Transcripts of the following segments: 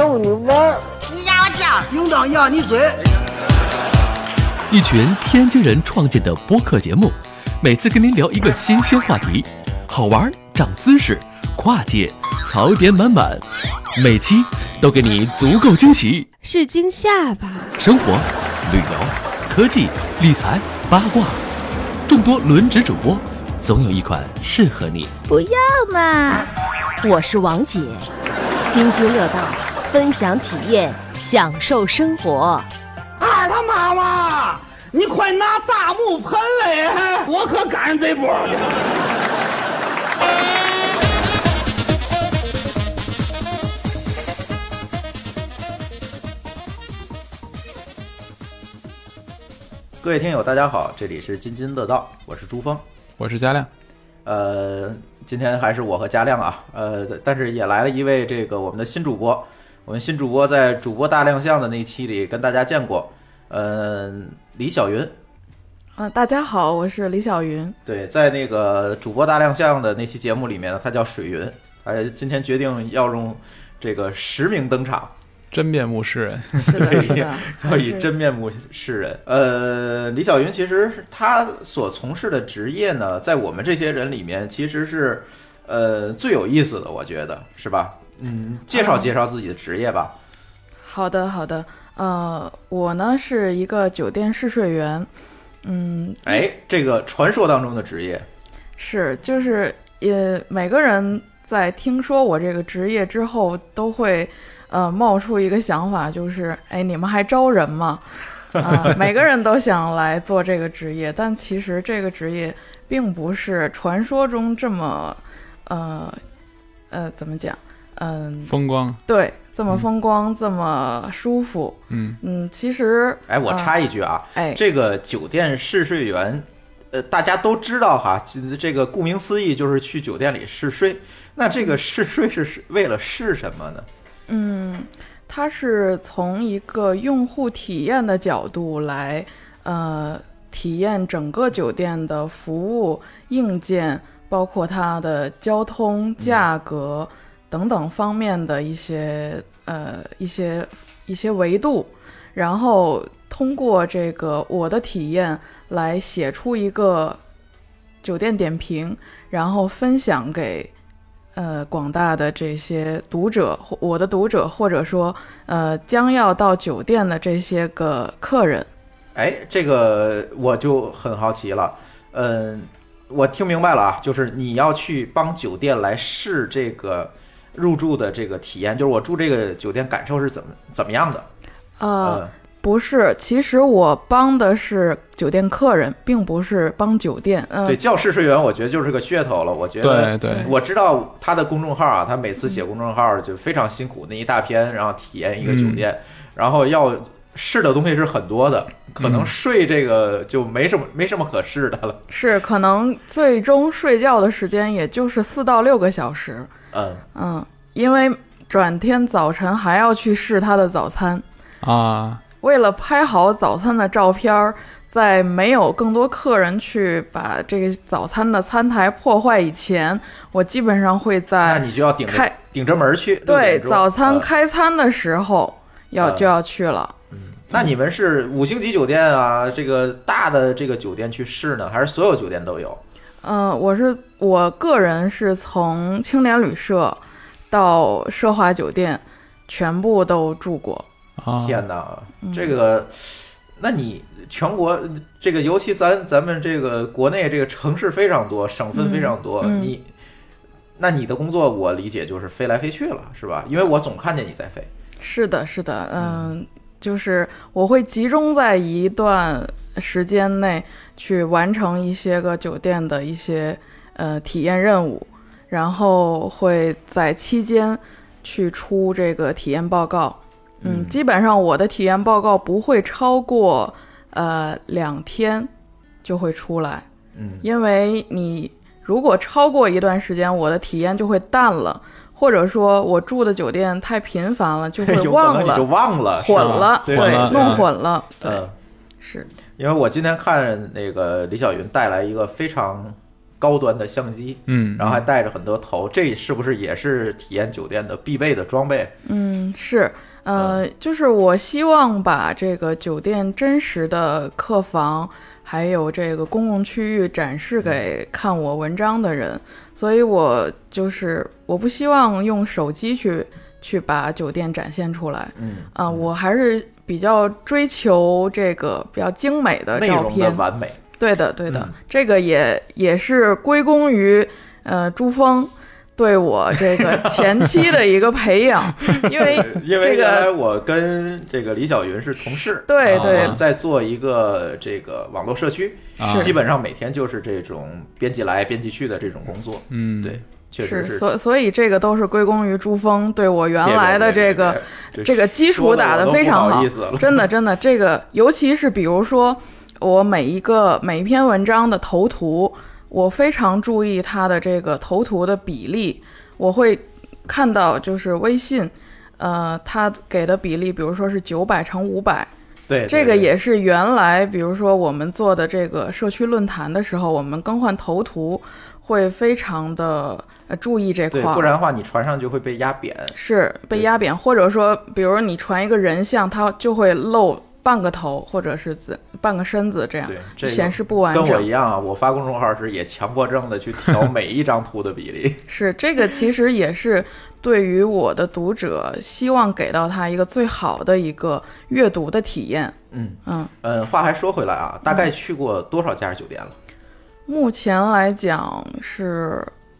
逗你玩。 你压我脚， 应当压你嘴。 一群天津人创建的播客节目，每次跟您聊一个新鲜话题，好玩、长姿势、跨界、槽点满满，每期都给你足够惊喜。 是惊吓吧？ 生活、旅游、科技、理财、八卦，众多轮值主播，总有一款适合你。 不要嘛！我是王姐，津津乐道，分享体验，享受生活。 二他妈妈，你快拿大木盆来，我可赶上这波去。 各位听友大家好，这里是津津乐道，我是朱峰， 我是嘉亮。 今天还是我和嘉亮啊，但是也来了一位这个我们的新主播。我们新主播在主播大亮相的那期里跟大家见过，李小云。 大家好，我是李小云。 对，在那个主播大亮相的那期节目里面呢，他叫水云。今天决定要用这个实名登场。 真面目示人， 对，要以真面目示人。李小云其实他所从事的职业呢，在我们这些人里面，其实是最有意思的，我觉得是吧？介绍介绍自己的职业吧。 好的，好的。我呢是一个酒店试睡员。 这个传说当中的职业是，就是每个人在听说我这个职业之后，都会冒出一个想法，就是你们还招人吗？每个人都想来做这个职业，但其实这个职业并不是传说中这么怎么讲？ 风光。对， 这么风光，这么舒服。其实我插一句啊，这个酒店试睡员，大家都知道哈，这个顾名思义就是去酒店里试睡。那这个试睡是为了试什么呢？ 它是从一个用户体验的角度来体验整个酒店的服务硬件，包括它的交通、价格等等方面的一些维度，然后通过这个我的体验来写出一个酒店点评，然后分享给广大的这些读者，我的读者，或者说将要到酒店的这些个客人。 这个我就很好奇了。我听明白了啊，就是你要去帮酒店来试这个入住的这个体验，就是我住这个酒店感受是怎么样的？ 不是，其实我帮的是酒店客人，并不是帮酒店。 对，叫试睡员，我觉得就是个噱头了。我觉得， 对， 我知道他的公众号啊，他每次写公众号就非常辛苦，那一大篇，然后体验一个酒店，然后要试的东西是很多的，可能睡这个就没什么可试的了。 是，可能最终睡觉的时间也就是4到6个小时。因为转天早晨还要去试他的早餐啊。 为了拍好早餐的照片，在没有更多客人去把这个早餐的餐台破坏以前，我基本上会在那你就要顶着门去。 对，早餐开餐的时候就要去了。 那你们是5星级酒店啊，这个大的这个酒店去试呢，还是所有酒店都有？ 我个人是从青年旅社到奢华酒店全部都住过。 天哪，这个，那你全国这个，尤其咱们这个国内这个城市非常多，省份非常多，那你的工作我理解就是飞来飞去了，是吧？因为我总看见你在飞。 是的，就是我会集中在一段时间内去完成一些个酒店的一些体验任务，然后会在期间去出这个体验报告。基本上我的体验报告不会超过2天就会出来。因为你如果超过一段时间，我的体验就会淡了，或者说我住的酒店太频繁了，就会忘了， 你就忘了， 混了，对，弄混了。 是因为我今天看那个李小云带来一个非常高端的相机，然后还带着很多头，这是不是也是体验酒店的必备的装备？ 是。就是我希望把这个酒店真实的客房还有这个公共区域展示给看我文章的人，所以我不希望用手机去把酒店展现出来。我还是比较追求这个比较精美的照片， 内容的完美。 对的，这个也是归功于珠峰对我这个前期的一个培养，因为原来我跟这个李小云是同事， 对， 在做一个这个网络社区，基本上每天就是这种编辑来编辑去的这种工作，对，确实是。 所以这个都是归功于珠峰对我原来的这个基础打得非常好，真的这个，尤其是比如说我每一篇文章的头图。我非常注意它的这个头图的比例，我会看到就是微信，它给的比例，比如说是900×500， 对， 这个也是原来比如说我们做的这个社区论坛的时候，我们更换头图会非常的注意这块， 不然的话你传上就会被压扁， 是被压扁，或者说比如你传一个人像，它就会露半个头或者是半个身子，这样显示不完整。 跟我一样啊，我发公众号时也强迫症的去调每一张图的比例。 是这个，其实也是对于我的读者，希望给到他一个最好的一个阅读的体验。 话还说回来啊，大概去过多少家酒店了？ 目前来讲是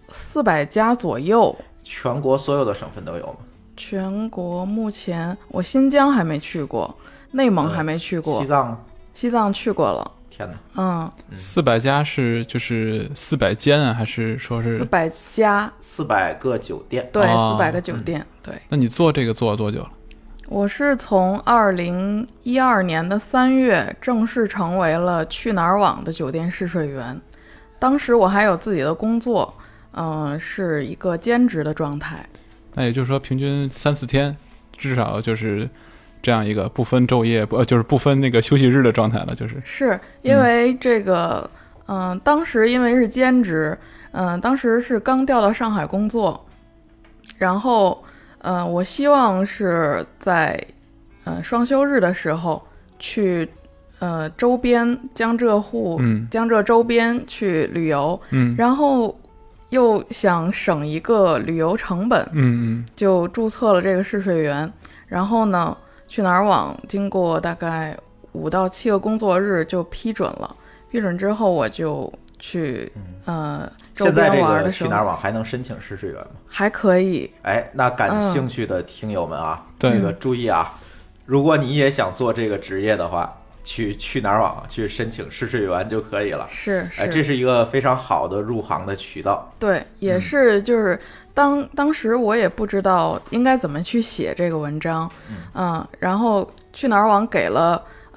400家左右。 全国所有的省份都有吗？ 全国目前我新疆还没去过。内蒙还没去过，西藏去过了。 天哪 ！400家是就是400间啊，还是说是 400家 ？400个酒店。 对，400个酒店。对。 那你做这个做了多久了？ 我是从2012年的3月正式成为了去哪儿网的酒店试睡员，当时我还有自己的工作，是一个兼职的状态。 那也就是说，平均3-4天，至少就是。这样一个不分昼夜就是不分那个休息日的状态了，是因为这个当时因为是兼职，当时是刚调到上海工作，然后我希望是在双休日的时候去周边江浙周边去旅游，然后又想省一个旅游成本，就注册了这个试睡员，然后呢去哪儿网经过大概5到7个工作日就批准了，批准之后我就去周边玩的时候。 现在这个去哪儿网还能申请试睡员吗？ 还可以。 那感兴趣的听友们啊，这个注意啊，如果你也想做这个职业的话，去哪儿网去申请试睡员就可以了。 是， 这是一个非常好的入行的渠道。 对，也是就是当时我也不知道应该怎么去写这个文章，然后去哪儿网给了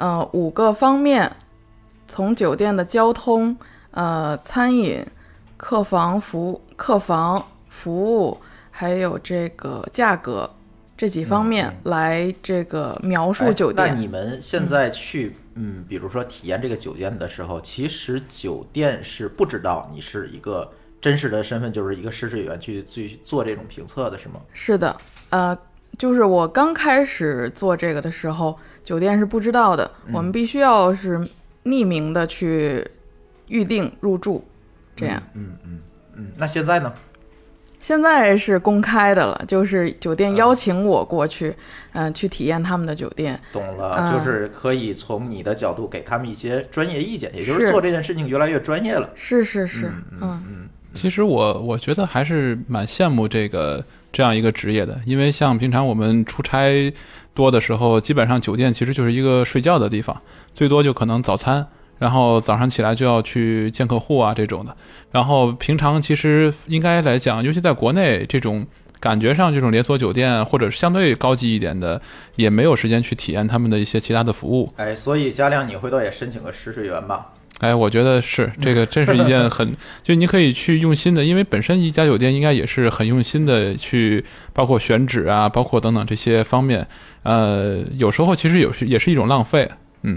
5个方面，从酒店的交通、餐饮、客房服务，还有这个价格这几方面来这个描述酒店。 那你们现在去比如说体验这个酒店的时候，其实酒店是不知道你是一个真实的身份，就是一个试睡员去做这种评测的是吗？ 是的，就是我刚开始做这个的时候，酒店是不知道的，我们必须要是匿名的去预定入住，这样。 那现在呢？ 现在是公开的了，就是酒店邀请我过去，去体验他们的酒店。 懂了，就是可以从你的角度给他们一些专业意见，也就是做这件事情越来越专业了。 是， 其实我觉得还是蛮羡慕这样一个职业的，因为像平常我们出差多的时候，基本上酒店其实就是一个睡觉的地方，最多就可能早餐。然后早上起来就要去见客户啊这种的，然后平常其实应该来讲，尤其在国内这种感觉上，这种连锁酒店或者是相对高级一点的，也没有时间去体验他们的一些其他的服务。 所以嘉亮，你回头也申请个试睡员吧。 我觉得是这个，真是一件就你可以去用心的，因为本身一家酒店应该也是很用心的去，包括选址啊，包括等等这些方面，有时候其实也是一种浪费。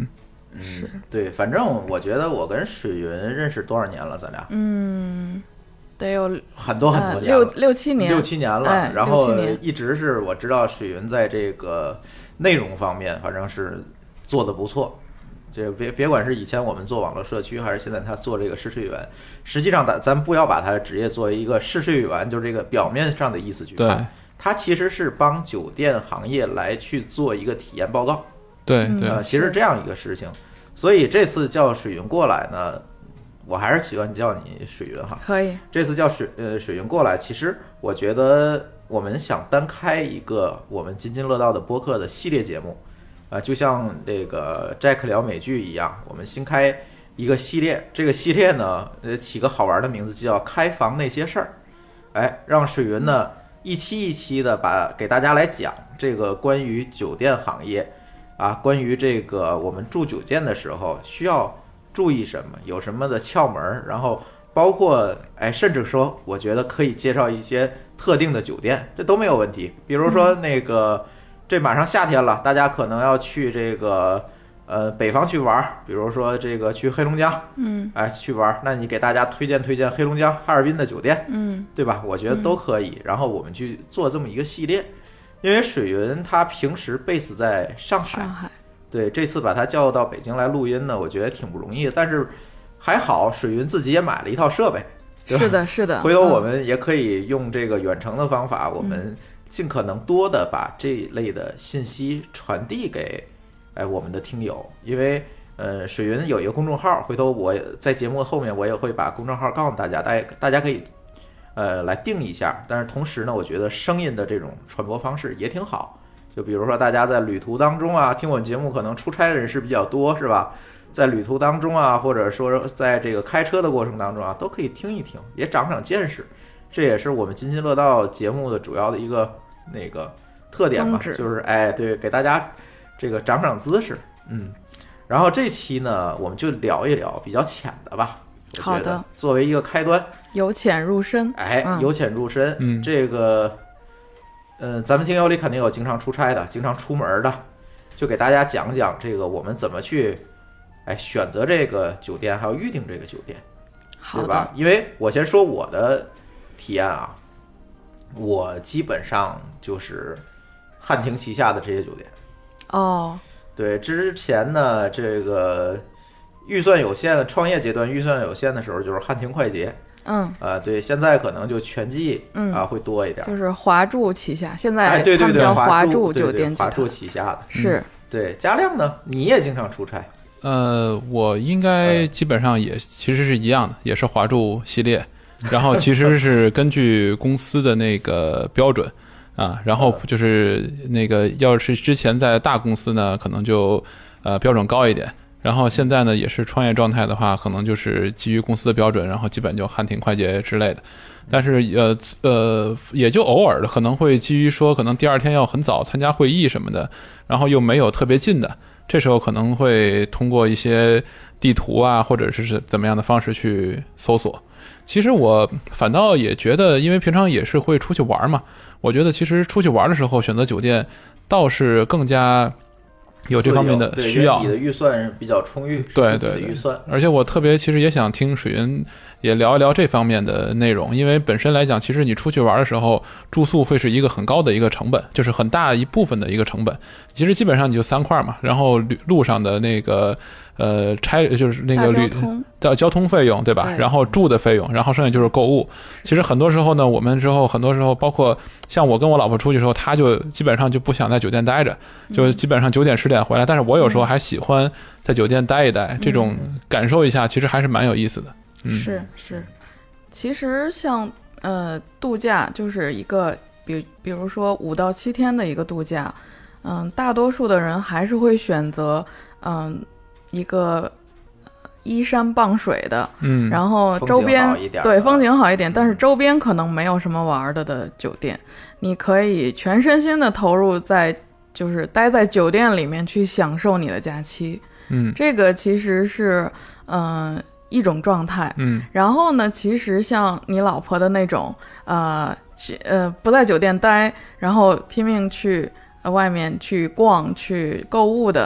是对，反正我觉得我跟水云认识多少年了，咱俩？ 得有很多年了， 六七年了。然后一直是我知道水云在这个内容方面，反正是做的不错。这别管是以前我们做网络社区，还是现在他做这个试睡员，实际上咱不要把他的职业作为一个试睡员，就是这个表面上的意思去看。他其实是帮酒店行业来去做一个体验报告。 对， 其实这样一个事情。所以这次叫水云过来呢，我还是喜欢叫你水云哈。 可以。这次叫水云过来，其实我觉得我们想单开一个我们津津乐道的播客的系列节目。就像这个 Jack 聊美剧一样，我们新开一个系列，这个系列呢，起个好玩的名字，就叫开房那些事儿。让水云呢一期一期的给大家来讲这个关于酒店行业关于这个我们住酒店的时候需要注意什么，有什么的窍门，然后包括甚至说我觉得可以介绍一些特定的酒店，这都没有问题。比如说那个。这马上夏天了，大家可能要去这个北方去玩，比如说这个去黑龙江，去玩，那你给大家推荐黑龙江哈尔滨的酒店，对吧？我觉得都可以。然后我们去做这么一个系列，因为水云他平时 base 在上海，对，这次把他叫到北京来录音呢，我觉得挺不容易的，但是还好水云自己也买了一套设备，对吧？ 是的。 回头我们也可以用这个远程的方法，我们。尽可能多的把这一类的信息传递给我们的听友，因为水云有一个公众号，回头我在节目后面我也会把公众号告诉大家，大家可以来定一下。但是同时呢，我觉得声音的这种传播方式也挺好，就比如说大家在旅途当中听我们节目，可能出差的人士比较多，是吧？在旅途当中或者说在这个开车的过程当中都可以听一听，也长见识。这也是我们津津乐道节目的主要的一个那个特点嘛，就是对，给大家这个长姿势，然后这期呢，我们就聊一聊比较浅的吧。 好的， 作为一个开端， 由浅入深， 由浅入深，这个，咱们听友里肯定有经常出差的，经常出门的，就给大家讲讲这个我们怎么去，选择这个酒店，还有预定这个酒店，对吧？因为我先说我的体验我基本上就是汉庭旗下的这些酒店。对，之前呢，这个预算有限，创业阶段预算有限的时候，就是汉庭快捷。对，现在可能就全季会多一点， 就是华住旗下，现在对， 叫华住酒店， 华住旗下的是。 对，嘉亮呢，你也经常出差。 我应该基本上也其实是一样的，也是华住系列。然后其实是根据公司的那个标准然后就是那个要是之前在大公司呢，可能就标准高一点。然后现在呢也是创业状态的话，可能就是基于公司的标准，然后基本就汉庭快捷之类的。但是也就偶尔的可能会基于说可能第二天要很早参加会议什么的，然后又没有特别近的，这时候可能会通过一些地图或者是怎么样的方式去搜索。其实我反倒也觉得，因为平常也是会出去玩嘛，我觉得其实出去玩的时候选择酒店倒是更加有这方面的需要。 你的预算比较充裕， 对， 预算。 而且我特别其实也想听水云也聊一聊这方面的内容，因为本身来讲，其实你出去玩的时候，住宿会是一个很高的一个成本，就是很大一部分的一个成本。其实基本上你就3块嘛，然后路上的那个就是那个交通费用，对吧？然后住的费用，然后剩下就是购物。其实很多时候呢，我们很多时候包括像我跟我老婆出去的时候，她就基本上就不想在酒店待着，就基本上9点10点回来。但是我有时候还喜欢在酒店待一待，这种感受一下，其实还是蛮有意思的。 是，其实像度假就是一个比如说5到7天的一个度假，大多数的人还是会选择一个依山傍水的，然后周边风景好一点，但是周边可能没有什么玩的酒店，你可以全身心的投入就是待在酒店里面去享受你的假期，这个其实是一种状态，然后呢，其实像你老婆的那种不在酒店待，然后拼命去外面去逛去购物的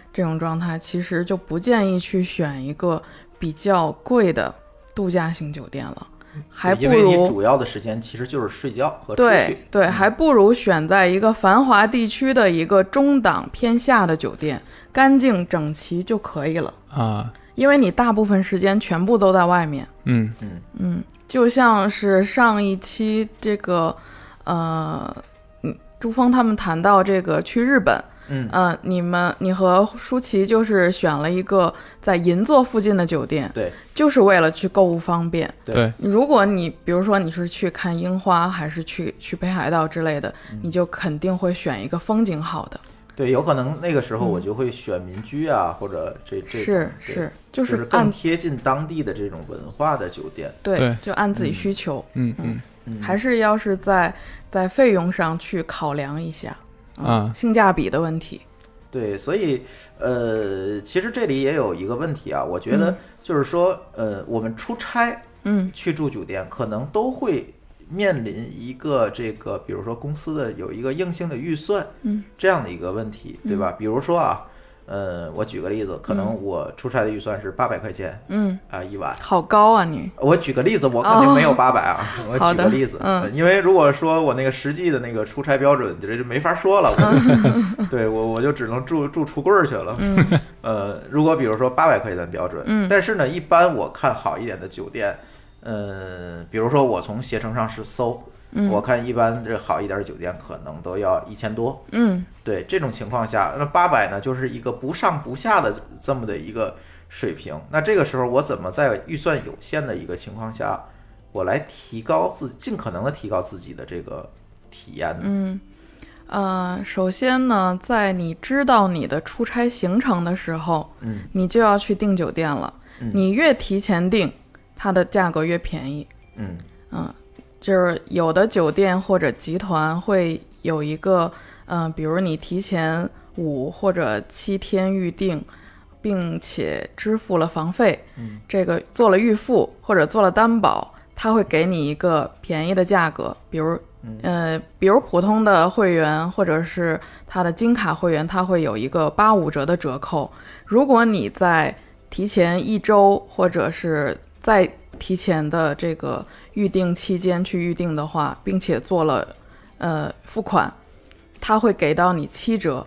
这种状态，其实就不建议去选一个比较贵的度假型酒店了，还不如因为你主要的时间其实就是睡觉和出去。 对，还不如选在一个繁华地区的一个中档偏下的酒店，干净整齐就可以了啊。 因为你大部分时间全部都在外面。就像是上一期这个朱峰他们谈到这个去日本。你和舒淇就是选了一个在银座附近的酒店， 对， 就是为了去购物方便。 对， 如果你比如说你是去看樱花，还是去北海道之类的，你就肯定会选一个风景好的。 对，有可能那个时候我就会选民居啊，或者这就是更贴近当地的这种文化的酒店。 对，就按自己需求。还是要是在费用上去考量一下。性价比的问题。 对，所以其实这里也有一个问题啊，我觉得就是说我们出差去住酒店，可能都会面临一个这个比如说公司的有一个硬性的预算这样的一个问题，对吧？比如说啊我举个例子，可能我出差的预算是800块钱一晚。 好高啊你！ 我举个例子，我肯定没有800啊我举个例子因为如果说我那个实际的那个出差标准这就没法说了对，我就只能住橱柜去了如果比如说800块钱的标准但是呢一般我看好一点的酒店比如说我从携程上是搜我看一般这好一点的酒店可能都要1000多对，这种情况下那800呢就是一个不上不下的这么的一个水平，那这个时候我怎么在预算有限的一个情况下我来尽可能的提高自己的这个体验呢？ 首先呢在你知道你的出差行程的时候你就要去订酒店了你越提前订它的价格越便宜就是有的酒店或者集团会有一个比如你提前5或者7天预订，并且支付了房费这个做了预付或者做了担保，他会给你一个便宜的价格，比如普通的会员或者是他的金卡会员，他会有一个85折的折扣。如果你在提前1周或者是在提前的这个预定期间去预定的话，并且做了付款，他会给到你7折。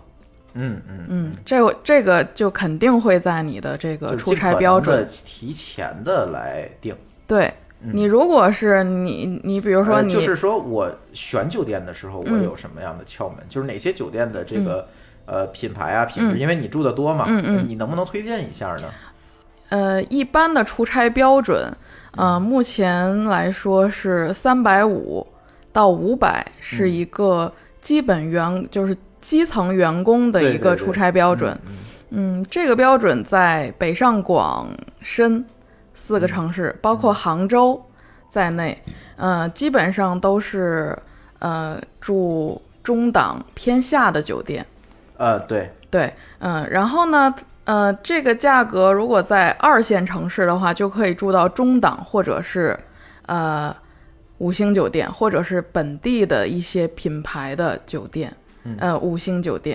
这个就肯定会在你的这个出差标准提前的来定。 对，你如果是你比如说就是说我选酒店的时候我有什么样的窍门就是哪些酒店的这个品牌啊品质因为你住的多嘛你能不能推荐一下呢？ 一般的出差标准目前来说是350到500是一个基本就是基层员工的一个出差标准。这个标准在北上广深4个城市包括杭州在内基本上都是住中档偏下的酒店。对然后呢这个价格如果在2线城市的话就可以住到中档或者是5星酒店，或者是本地的一些品牌的酒店5星酒店。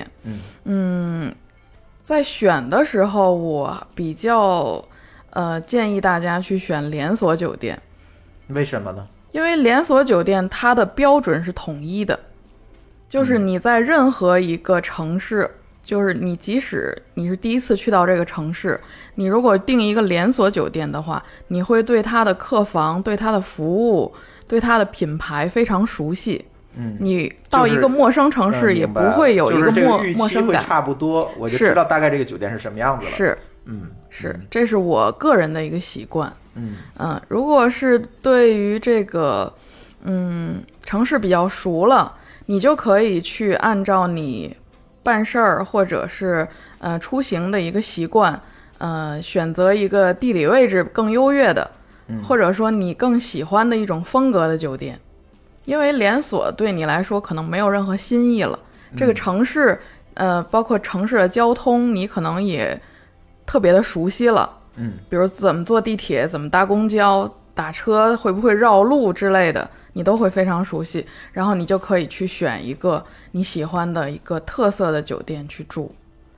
在选的时候我比较建议大家去选连锁酒店。 为什么呢？ 因为连锁酒店它的标准是统一的，就是你在任何一个城市就是你即使你是第一次去到这个城市，你如果订一个连锁酒店的话，你会对它的客房对它的服务对它的品牌非常熟悉。你到一个陌生城市也不会有一个陌生感， 差不多我就知道大概这个酒店是什么样子了。 这是我个人的一个习惯。如果是对于这个城市比较熟了，你就可以去按照你办事儿或者是出行的一个习惯选择一个地理位置更优越的或者说你更喜欢的一种风格的酒店。因为连锁对你来说可能没有任何新意了，这个城市包括城市的交通你可能也特别的熟悉了。比如怎么坐地铁怎么搭公交打车会不会绕路之类的你都会非常熟悉，然后你就可以去选一个你喜欢的一个特色的酒店去住。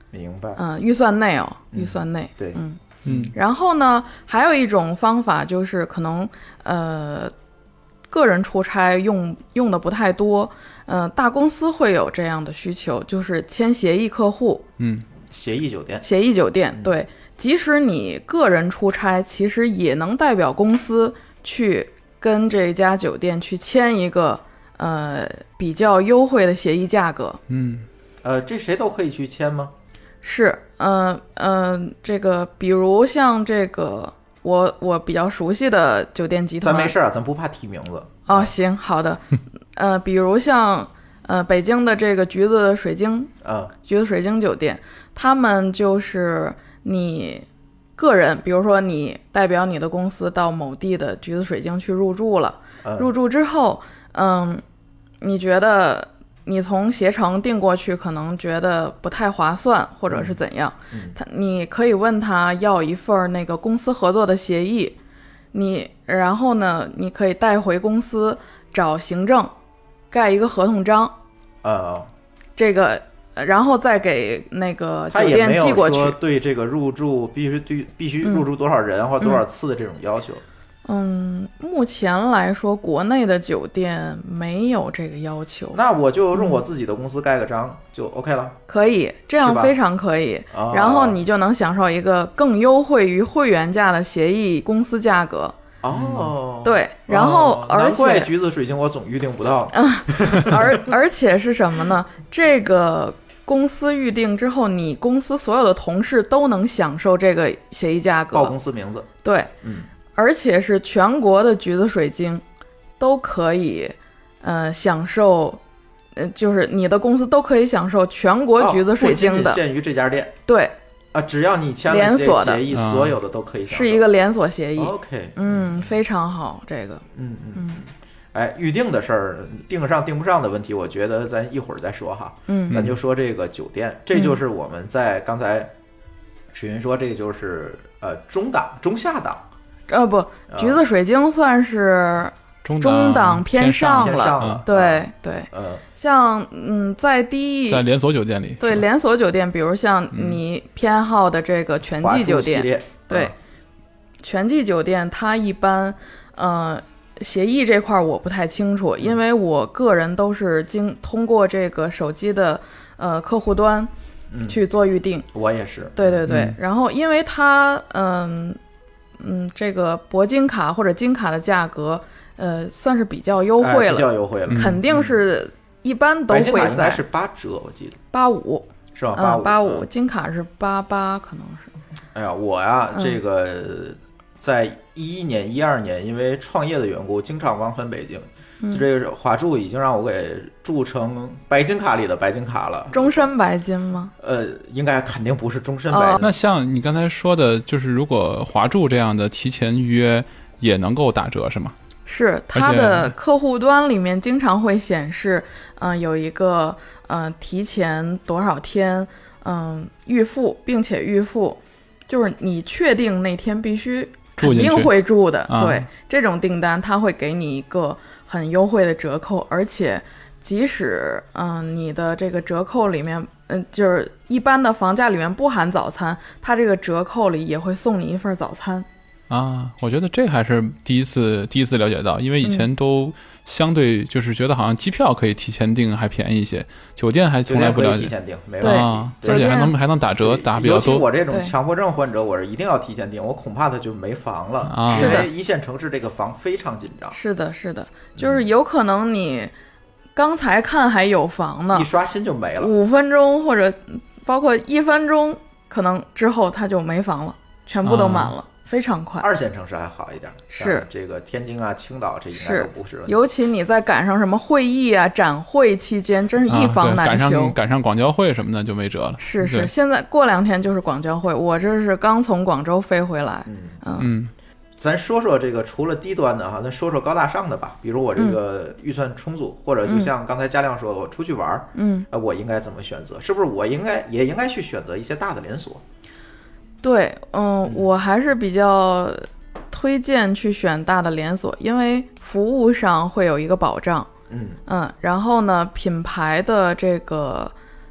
明白。 预算内哦，预算内。 对， 然后呢，还有一种方法就是可能个人出差用的不太多，大公司会有这样的需求，就是签协议客户。 协议酒店。 协议酒店，对，即使你个人出差，其实也能代表公司去跟这家酒店去签一个比较优惠的协议价格。 这谁都可以去签吗？ 是，这个比如像这个我比较熟悉的酒店集团， 咱没事啊，咱不怕提名字。 哦，行，好的。比如像北京的这个橘子水晶酒店，他们就是你个人，比如说你代表你的公司到某地的橘子水晶去入住了，入住之后，你觉得你从携程订过去可能觉得不太划算，或者是怎样，你可以问他要一份那个公司合作的协议，然后呢，你可以带回公司找行政盖一个合同章，这个然后再给那个酒店寄过去。 他也没有说对这个入住必须入住多少人或多少次的这种要求。 目前来说，国内的酒店没有这个要求。 那我就用我自己的公司盖个章就 OK 了。 可以，这样非常可以。然后你就能享受一个更优惠于会员价的协议公司价格。对，然后而且难怪橘子水晶我总预定不到。 而且是什么呢？这个公司预定之后，你公司所有的同事都能享受这个协议价格。 报公司名字。 对，而且是全国的橘子水晶都可以享受，就是你的公司都可以享受全国橘子水晶的。 不仅限于这家店。 对。 只要你签了协议，所有的都可以享受。 是一个连锁协议。 OK。 非常好，这个。 预定的事儿，订上订不上的问题，我觉得咱一会儿再说哈。咱就说这个酒店，这就是我们在刚才水云说，这个就是中下档。 不，橘子水晶算是中档偏上了。对。像在连锁酒店里， 对连锁酒店，比如像你偏好的这个全季酒店，对，全季酒店它一般协议这块我不太清楚，因为我个人都是通过这个手机的客户端去做预定。 我也是。 对。然后因为它这个铂金卡或者金卡的价格算是比较优惠了， 比较优惠了， 肯定是一般都会在。白金卡应该是8折，我记得 85 是吧？85， 金卡是88，可能是。 哎呀，我呀，这个在11年、12年，因为创业的缘故，经常往返北京。就这个华住已经让我给铸成白金卡里的白金卡了。 终身白金吗？ 应该肯定不是终身白金。 那像你刚才说的，就是如果华住这样的提前预约也能够打折是吗？ 是，它的客户端里面经常会显示，有一个提前多少天，预付，并且预付，就是你确定那天必须肯定会住的，对，这种订单它会给你一个很优惠的折扣，而且即使你的这个折扣里面，就是一般的房价里面不含早餐，它这个折扣里也会送你一份早餐。 我觉得这还是第一次了解到，因为以前都相对就是觉得好像机票可以提前订还便宜一些，酒店还从来不了解。 提前订，没问题， 而且还能打折，打比较多。 尤其我这种强迫症患者，我是一定要提前订，我恐怕他就没房了，因为一线城市这个房非常紧张。 是的，就是有可能你刚才看还有房呢， 一刷新就没了 ，5分钟或者包括1分钟，可能之后它就没房了，全部都满了。非常快 ，2线城市还好一点， 是这个天津啊、青岛这应该都不是。 尤其你在赶上什么会议啊、展会期间，真是一房难求。 赶上广交会什么的就没辙了。 是，现在过2天就是广交会，我这是刚从广州飞回来。 咱说说这个除了低端的哈，咱说说高大上的吧。比如我这个预算充足，或者就像刚才嘉亮说，我出去玩，我应该怎么选择？是不是我也应该去选择一些大的连锁？ 对，我还是比较推荐去选大的连锁，因为服务上会有一个保障。然后呢，品牌的这个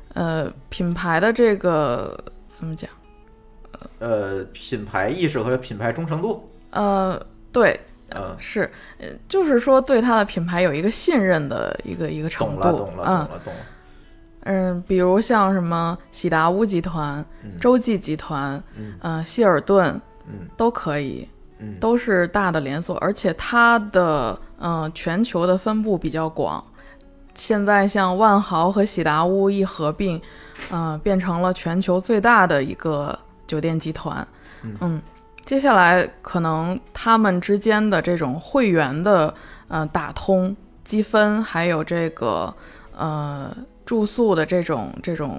品牌的这个怎么讲？ 品牌意识和品牌忠诚度。 对，是，就是说对它的品牌有一个信任的一个程度。 懂了。 比如像什么喜达屋集团、洲际集团、希尔顿，都可以，都是大的连锁，而且它的全球的分布比较广。现在像万豪和喜达屋一合并，变成了全球最大的一个酒店集团。接下来可能他们之间的这种会员的打通、积分，还有这个住宿的这种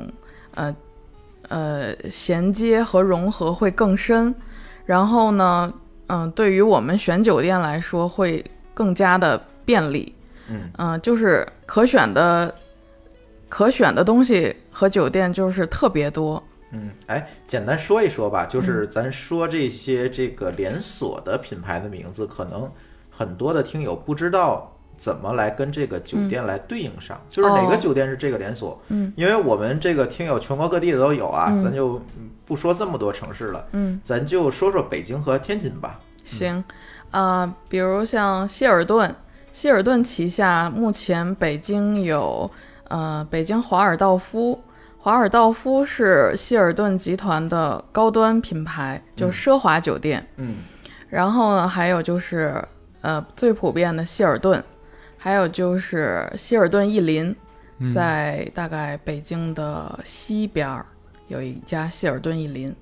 衔接和融合会更深。然后呢，对于我们选酒店来说会更加的便利。就是可选的东西和酒店就是特别多。 简单说一说吧，就是咱说这些这个连锁的品牌的名字，可能很多的听友不知道怎么来跟这个酒店来对应上，就是哪个酒店是这个连锁。因为我们这个听友全国各地的都有啊，咱就不说这么多城市了，咱就说说北京和天津吧。 行，比如像希尔顿旗下目前北京有北京华尔道夫是希尔顿集团的高端品牌，就是奢华酒店。然后呢，还有就是最普遍的希尔顿，还有就是希尔顿逸林，在大概北京的西边有一家希尔顿逸林。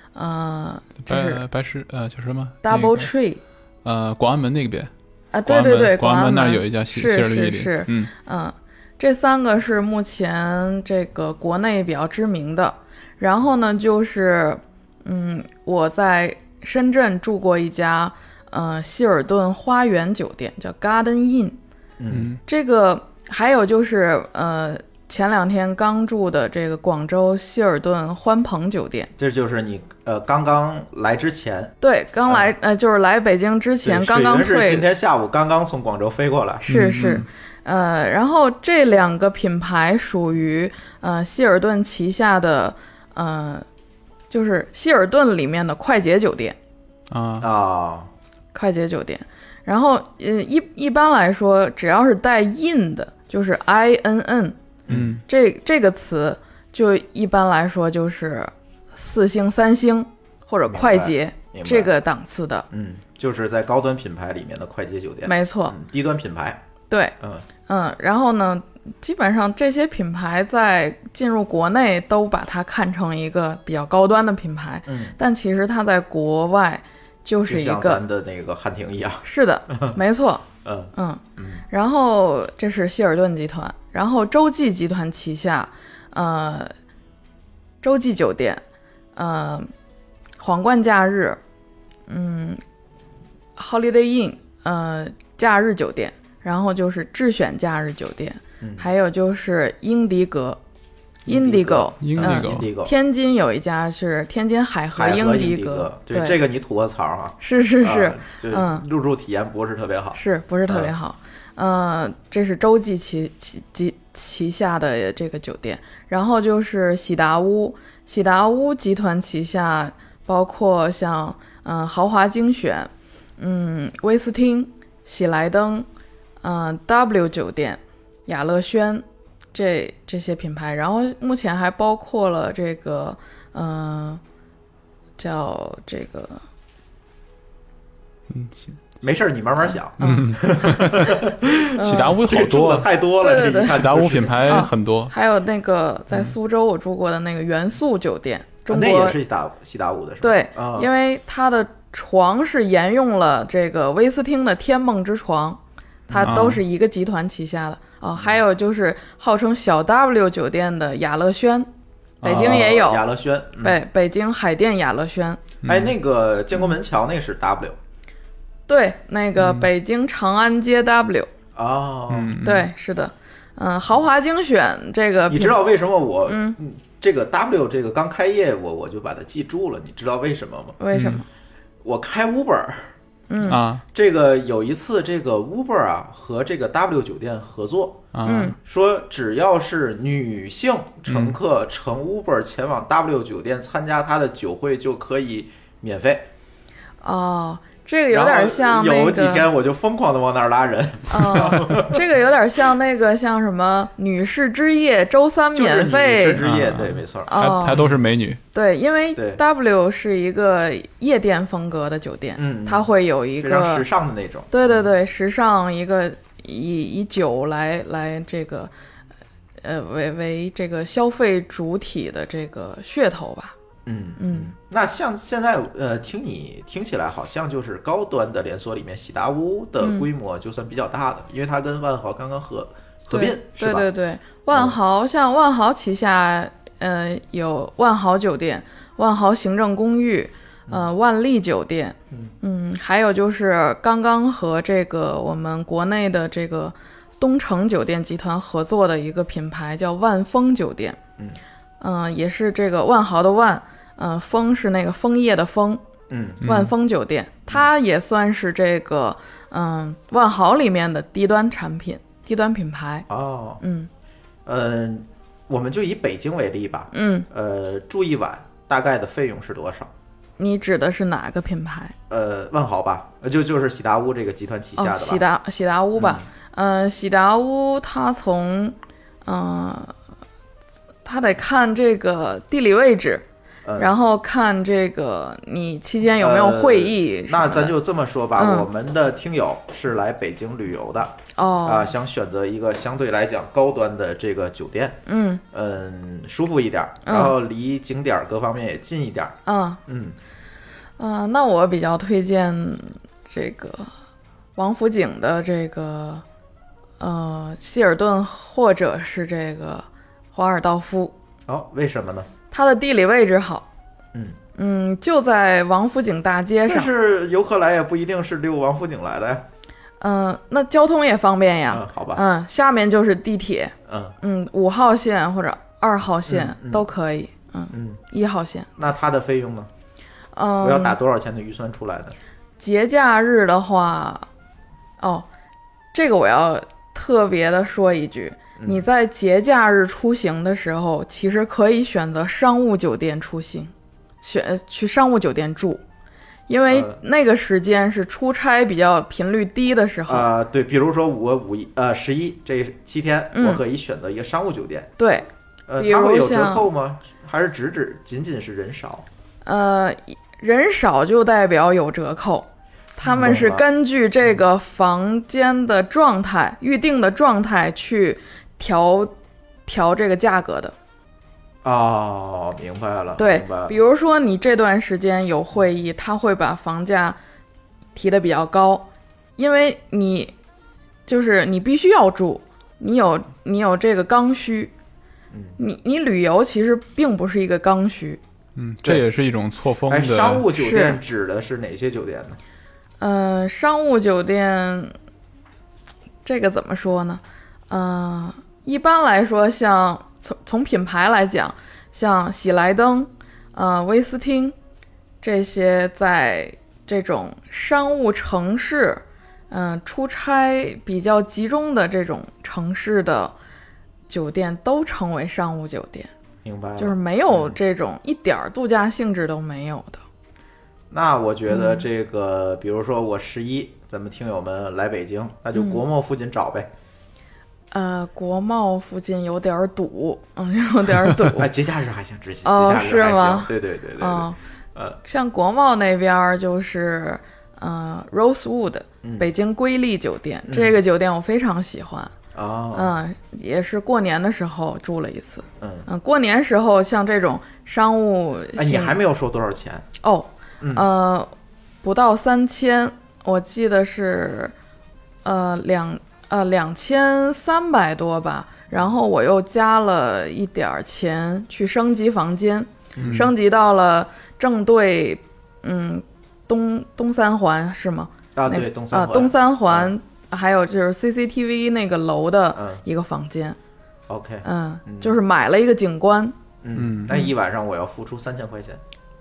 白石叫什么 Double Tree， 广安门那边。 对， 广安门那儿有一家希尔顿逸林。 是，这三个是目前这个国内比较知名的。然后呢，就是我在深圳住过一家希尔顿花园酒店，叫 Garden Inn。这个还有就是前2天刚住的这个广州希尔顿欢朋酒店。 这就是你刚刚来之前。 对，刚来就是来北京之前刚刚退。 水云是今天下午刚刚从广州飞过来。 是。然后这2个品牌属于希尔顿旗下的就是希尔顿里面的快捷酒店快捷酒店。然后一般来说，只要是带 in 的，就是 INN，这个词就一般来说就是4星、3星或者快捷这个档次的。 就是在高端品牌里面的快捷酒店。 没错。 低端品牌。 对。然后呢，基本上这些品牌在进入国内都把它看成一个比较高端的品牌。但其实它在国外就是一个就像咱的那个汉庭一样。 是的，没错。然后这是希尔顿集团，然后洲际集团旗下洲际酒店，皇冠假日，Holiday Inn，假日酒店，然后就是智选假日酒店，还有就是英迪格 Indigo， 天津有一家是天津海河英迪格。 对，这个你吐个槽啊。 是， 入住体验不是特别好。 不是特别好。这是洲际旗下的这个酒店。然后就是喜达屋集团旗下包括像豪华精选，威斯汀、喜来登，W 酒店、雅乐轩，这些品牌。然后目前还包括了这个叫这个没事，你慢慢想。 喜达屋好多， 太多了。 对， 喜达屋品牌很多。 还有那个在苏州我住过的那个元素酒店，中国那也是喜达屋的是吧？ 对，因为它的床是沿用了这个威斯汀的天梦之床，它都是一个集团旗下的。还有就是号称小 W 酒店的雅乐轩，北京也有雅乐轩。 北京海淀雅乐轩。 那个建国门桥那是 W。 对，那个北京长安街 W。对，是的。豪华精选这个， 你知道为什么我这个 W 这个刚开业我就把它记住了？你知道为什么吗？ 为什么？ 我开 Uber， 这个有一次这个 Uber 啊和这个 W 酒店合作，说只要是女性乘客乘 Uber 前往 W 酒店参加他的酒会就可以免费。 哦，这个有点像那个， 有几天我就疯狂的往那儿拉人。 这个有点像那个像什么女士之夜周3免费， 就是女士之夜，对，没错， 还都是美女。 对，因为 W 是一个夜店风格的酒店，它会有一个非常时尚的那种。 对对对，时尚一个以酒来这个为这个消费主体的这个噱头吧。 那像现在听起来好像就是高端的连锁里面，喜达屋的规模就算比较大的，因为它跟万豪刚刚合并，是吧？ 对对对，万豪像万豪旗下有万豪酒店、万豪行政公寓、万丽酒店，还有就是刚刚和这个我们国内的这个东城酒店集团合作的一个品牌叫万丰酒店，也是这个万豪的万。枫是那个枫叶的枫，万丰酒店，它也算是这个万豪里面的低端产品、低端品牌。 我们就以北京为例吧，住一晚大概的费用是多少？ 你指的是哪个品牌？ 万豪吧，就是喜达屋这个集团旗下的吧。 喜达屋吧，喜达屋它从它得看这个地理位置。然后看这个你期间有没有会议那咱就这么说吧，我们的听友是来北京旅游的，想选择一个相对来讲高端的这个酒店，舒服一点，然后离景点各方面也近一点， 那我比较推荐这个王府井的这个希尔顿或者是这个华尔道夫。 为什么呢？ 它的地理位置好，就在王府井大街上。 但是游客来也不一定是溜王府井来的呀。 那交通也方便呀。 好吧。 下面就是地铁。5号线或者2号线都可以。1号线。 那它的费用呢？我要打多少钱的预算出来的？ 节假日的话，这个我要特别的说一句。你在节假日出行的时候，其实可以选择商务酒店出行，去商务酒店住，因为那个时间是出差比较频率低的时候。 对，比如说我11这7天，我可以选择一个商务酒店。 对， 它会有折扣吗？还是仅仅是人少？ 人少就代表有折扣。他们是根据这个房间的状态、预定的状态去调这个价格的。 明白了。 对，比如说你这段时间有会议，他会把房价提得比较高，因为你必须要住，你有这个刚需。你旅游其实并不是一个刚需。 这也是一种错峰的。 商务酒店指的是哪些酒店呢？ 商务酒店，这个怎么说呢？一般来说，像从品牌来讲，像喜来登、威斯汀这些，在这种商务城市，出差比较集中的这种城市的酒店，都称为商务酒店。 明白了， 就是没有这种一点度假性质都没有的。 那我觉得这个，比如说我11，咱们听友们来北京，那就国贸附近找呗。 国贸附近有点堵，有点堵。 节假日还行，节假日还行。 是吗？ 对。 像国贸那边就是Rosewood，北京瑰丽酒店，这个酒店我非常喜欢。也是过年的时候住了一次。过年时候像这种商务， 你还没有说多少钱？ 不到3000，我记得是2300多吧。然后我又加了一点钱去升级房间，升级到了正对东三环是吗？ 对，东三环。 东三环。还有就是 CCTV 那个楼的一个房间。 OK。 就是买了一个景观。 那一晚上我要付出3000块钱。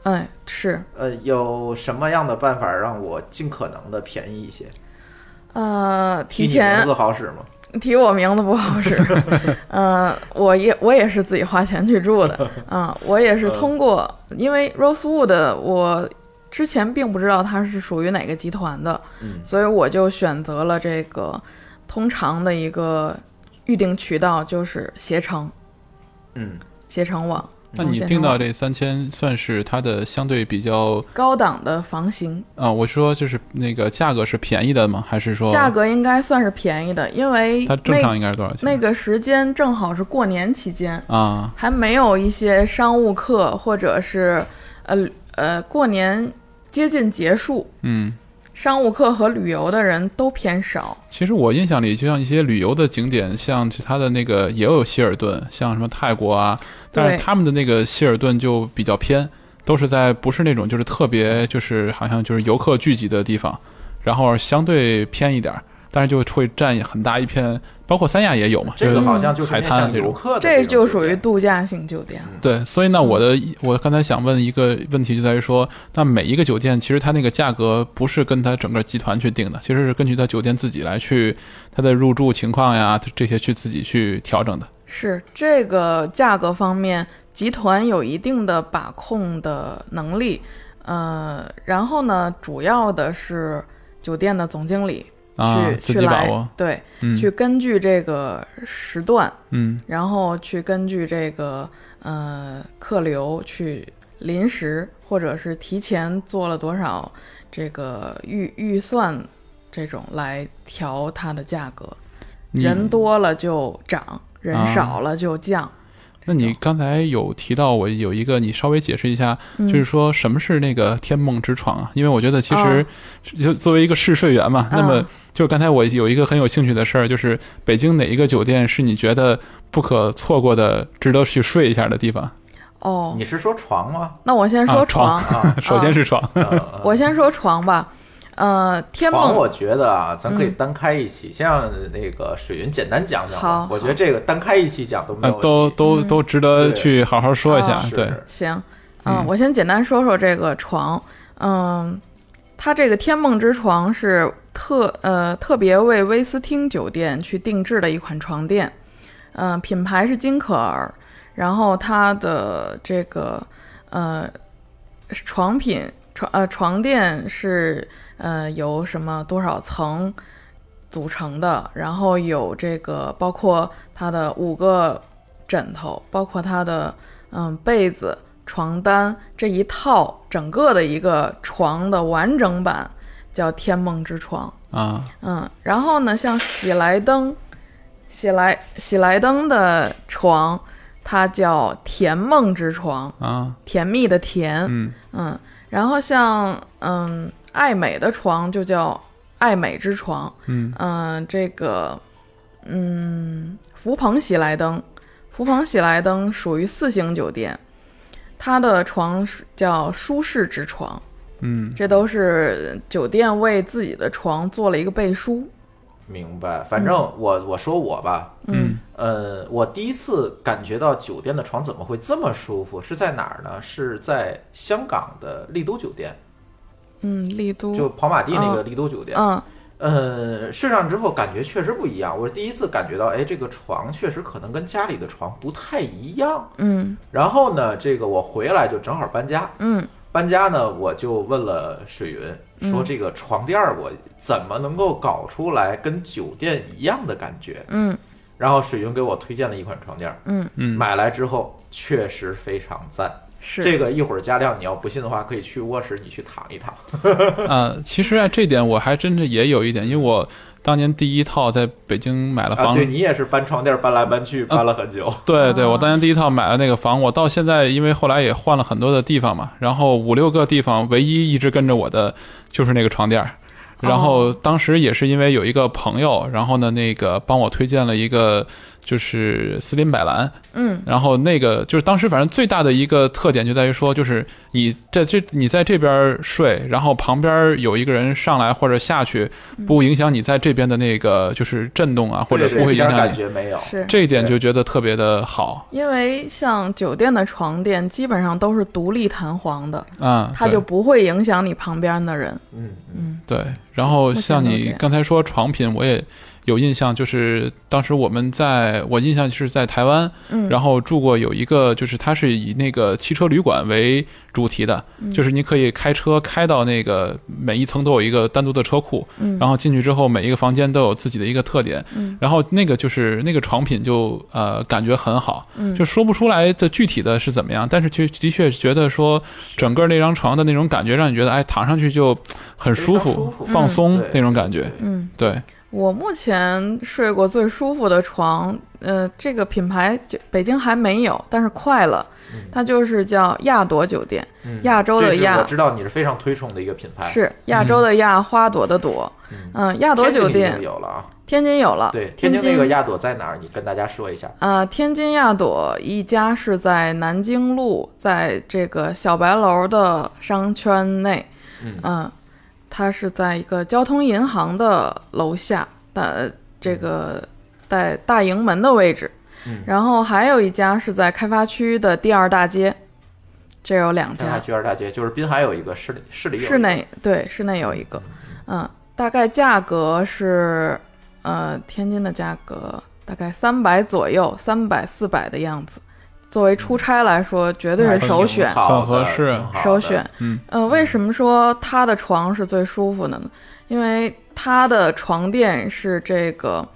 哎，是。 有什么样的办法让我尽可能的便宜一些？ 提前。 你名字好使吗？ 提我名字不好使。我也是自己花钱去住的。我也是通过，因为 Rosewood 我之前并不知道它是属于哪个集团的，所以我就选择了这个通常的一个预订渠道，就是携程。携程网。 那你订到这3000，算是它的相对比较高档的房型啊？我说就是那个价格是便宜的吗？还是说价格应该算是便宜的？因为它正常应该是多少钱？ 那个时间正好是过年期间啊， 还没有一些商务客或者是过年接近结束，商务客和旅游的人都偏少。 其实我印象里，就像一些旅游的景点，像其他的那个也有希尔顿，像什么泰国啊，但是他们的那个希尔顿就比较偏，都是在不是那种就是特别就是好像就是游客聚集的地方，然后相对偏一点，但是就会占很大一片。包括三亚也有嘛， 这个好像就是海滩这种， 这就属于度假型酒店。 对，所以呢，我刚才想问一个问题，就在于说，那每一个酒店其实它那个价格不是跟它整个集团去定的，其实是根据它酒店自己来去它的入住情况呀这些去自己去调整的。 是这个价格方面，集团有一定的把控的能力，然后呢，主要的是酒店的总经理。 自己把握， 对，去根据这个时段，然后去根据这个客流去临时或者是提前做了多少这个预算，这种来调它的价格。人多了就涨，人少了就降。 那你刚才有提到，我有一个，你稍微解释一下，就是说什么是那个天梦之床啊？因为我觉得其实就作为一个试睡员嘛，那么就刚才我有一个很有兴趣的事儿，就是北京哪一个酒店是你觉得不可错过的、值得去睡一下的地方？ 你是说床吗？ 那我先说床， 首先是床。 我先说床吧。天梦， 我觉得咱可以单开一期，先让那个水云简单讲讲。 好， 我觉得这个单开一期讲都没有都值得去好好说一下。对， 行，我先简单说说这个床。它这个天梦之床是特别为威斯汀酒店去定制的一款床垫。品牌是金可儿，然后它的这个床垫是由什么多少层组成的，然后有这个包括它的5个枕头，包括它的被子、床单这一套整个的一个床的完整版叫天梦之床啊。 然后呢，像喜来登的床，它叫甜梦之床啊， 甜蜜的甜。然后像爱美的床就叫爱美之床。这个福朋喜来登属于4星酒店，它的床叫舒适之床。这都是酒店为自己的床做了一个背书。 明白，反正我说我吧，我第一次感觉到酒店的床怎么会这么舒服，是在哪儿呢？是在香港的丽都酒店。 丽都就跑马地那个丽都酒店。试上之后感觉确实不一样。我第一次感觉到，这个床确实可能跟家里的床不太一样。然后呢，这个我回来就正好搬家。搬家呢，我就问了水云，说这个床垫我怎么能够搞出来跟酒店一样的感觉？然后水云给我推荐了一款床垫。买来之后确实非常赞。这个一会儿加亮，你要不信的话，可以去卧室你去躺一躺。 其实这点我还真是也有一点，因为我当年第一套在北京买了房。 对，你也是搬床垫搬来搬去，搬了很久。 对，我当年第一套买了那个房，我到现在因为后来也换了很多的地方嘛，然后5、6个地方，唯一直跟着我的就是那个床垫。然后当时也是因为有一个朋友，然后呢那个帮我推荐了一个就是斯林百兰，然后那个就是当时反正最大的一个特点就在于说，就是你在这边睡，然后旁边有一个人上来或者下去，不影响你在这边的那个就是震动啊，或者不会影响你， 感觉没有， 是这一点就觉得特别的好。 因为像酒店的床垫基本上都是独立弹簧的，它就不会影响你旁边的人。 对。然后像你刚才说床品，我也有印象，就是当时我印象是在台湾，然后住过有一个，就是它是以那个汽车旅馆为主题的，就是你可以开车开到那个每一层都有一个单独的车库，然后进去之后每一个房间都有自己的一个特点，然后那个就是那个床品就感觉很好，就说不出来的具体的是怎么样，但是的确觉得说整个那张床的那种感觉让你觉得哎躺上去就很舒服放松那种感觉。对。 我目前睡过最舒服的床，这个品牌北京还没有，但是快了，它就是叫亚朵酒店，亚洲的亚， 我知道你是非常推崇的一个品牌， 是亚洲的亚，花朵的朵，亚朵酒店有了啊， 天津有了， 对，天津那个亚朵在哪儿？你跟大家说一下。 天津亚朵一家是在南京路，在这个小白楼的商圈内，它是在一个交通银行的楼下的这个在大营门的位置，然后还有一家是在开发区的第2大街，这有2家。开发区2大街就是滨海有一个，市里有一个， 市内有一个，大概价格是天津的价格大概300左右，300、400的样子。作为出差来说，绝对是首选， 很合适， 首选。为什么说它的床是最舒服的呢？因为它的床垫是这个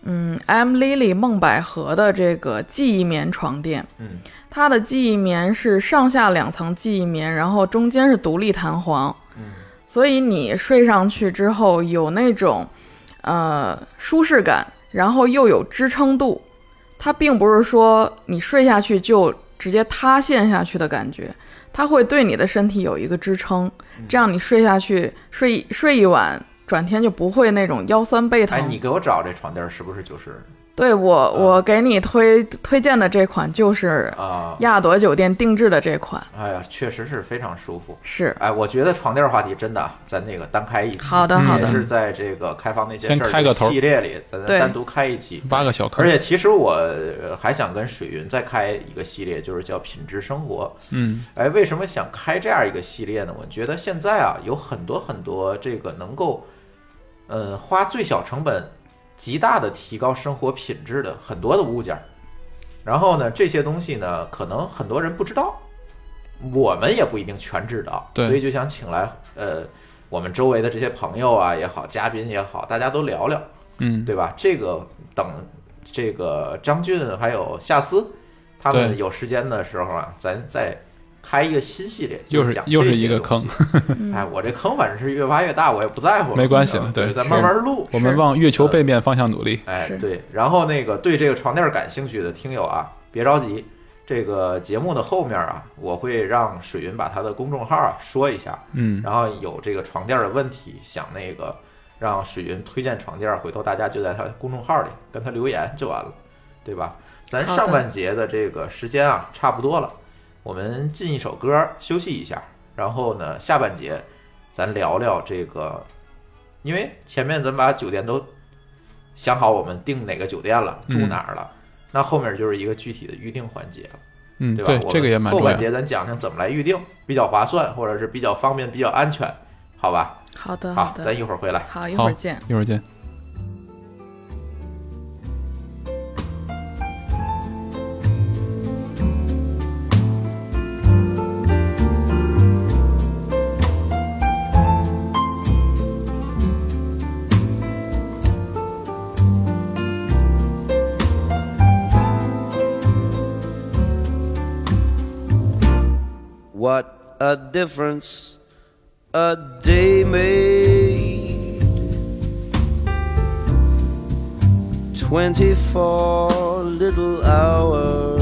M Lily 梦百合的这个记忆棉床垫，它的记忆棉是上下2层记忆棉，然后中间是独立弹簧，所以你睡上去之后有那种舒适感，然后又有支撑度。它并不是说你睡下去就直接塌陷下去的感觉，它会对你的身体有一个支撑，这样你睡下去睡一晚，转天就不会那种腰酸背疼。 你给我找这床垫是不是就是？ 对，我给你推荐的这款就是亚朵酒店定制的这款。 哎呀，确实是非常舒服。 是， 我觉得床垫话题真的，咱那个单开一期。 好的。 也是在这个开放那些事儿的系列里，咱单独开一期， 挖个小坑。 而且其实我还想跟水云再开一个系列，就是叫品质生活。为什么想开这样一个系列呢？我觉得现在有很多这个能够，花最小成本极大的提高生活品质的很多的物件，然后呢，这些东西呢，可能很多人不知道，我们也不一定全知道，所以就想请来我们周围的这些朋友也好，嘉宾也好，大家都聊聊，对吧？这个等这个张俊还有夏思他们有时间的时候咱再开一个新系列， 又是一个坑。 我这坑反正是越挖越大，我也不在乎了， 没关系了。对， 咱慢慢录。 我们往月球背面方向努力。 对。然后那个对这个床垫感兴趣的听友别着急，这个节目的后面我会让水云把他的公众号说一下。然后有这个床垫的问题，想那个让水云推荐床垫，回头大家就在他公众号里跟他留言就完了，对吧？咱上半节的这个时间差不多了。我们进一首歌休息一下，然后呢，下半节咱聊聊这个，因为前面咱把酒店都想好，我们订哪个酒店了，住哪儿了，那后面就是一个具体的预定环节了，对吧？ 对，这个也蛮重要。 后半节咱讲讲怎么来预定，比较划算，或者是比较方便、比较安全，好吧？ 好的， 好，咱一会儿回来。 好，一会儿见。 一会儿见。 What a difference a day made. 24 little hours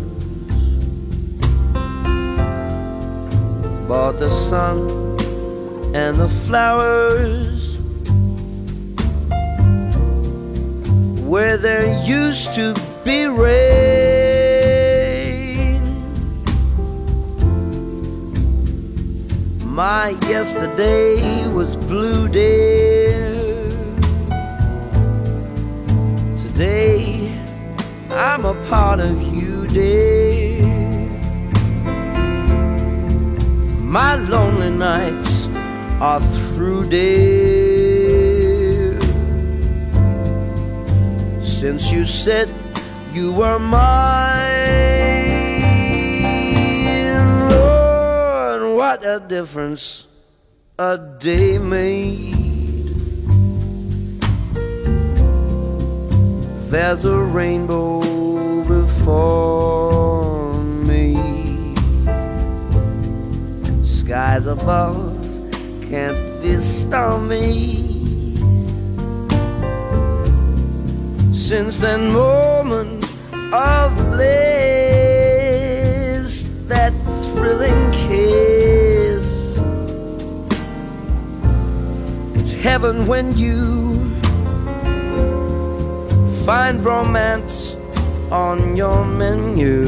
bought the sun and the flowers where there used to be rain. My yesterday was blue, dear. Today I'm a part of you, dear. My lonely nights are through, dear. Since you said you were mine, Lord, what a difference a day made. There's a rainbow before me. Skies above can't be stormy. Since that moment of bliss, that thrilling kiss, it's heaven when you find romance on your menu.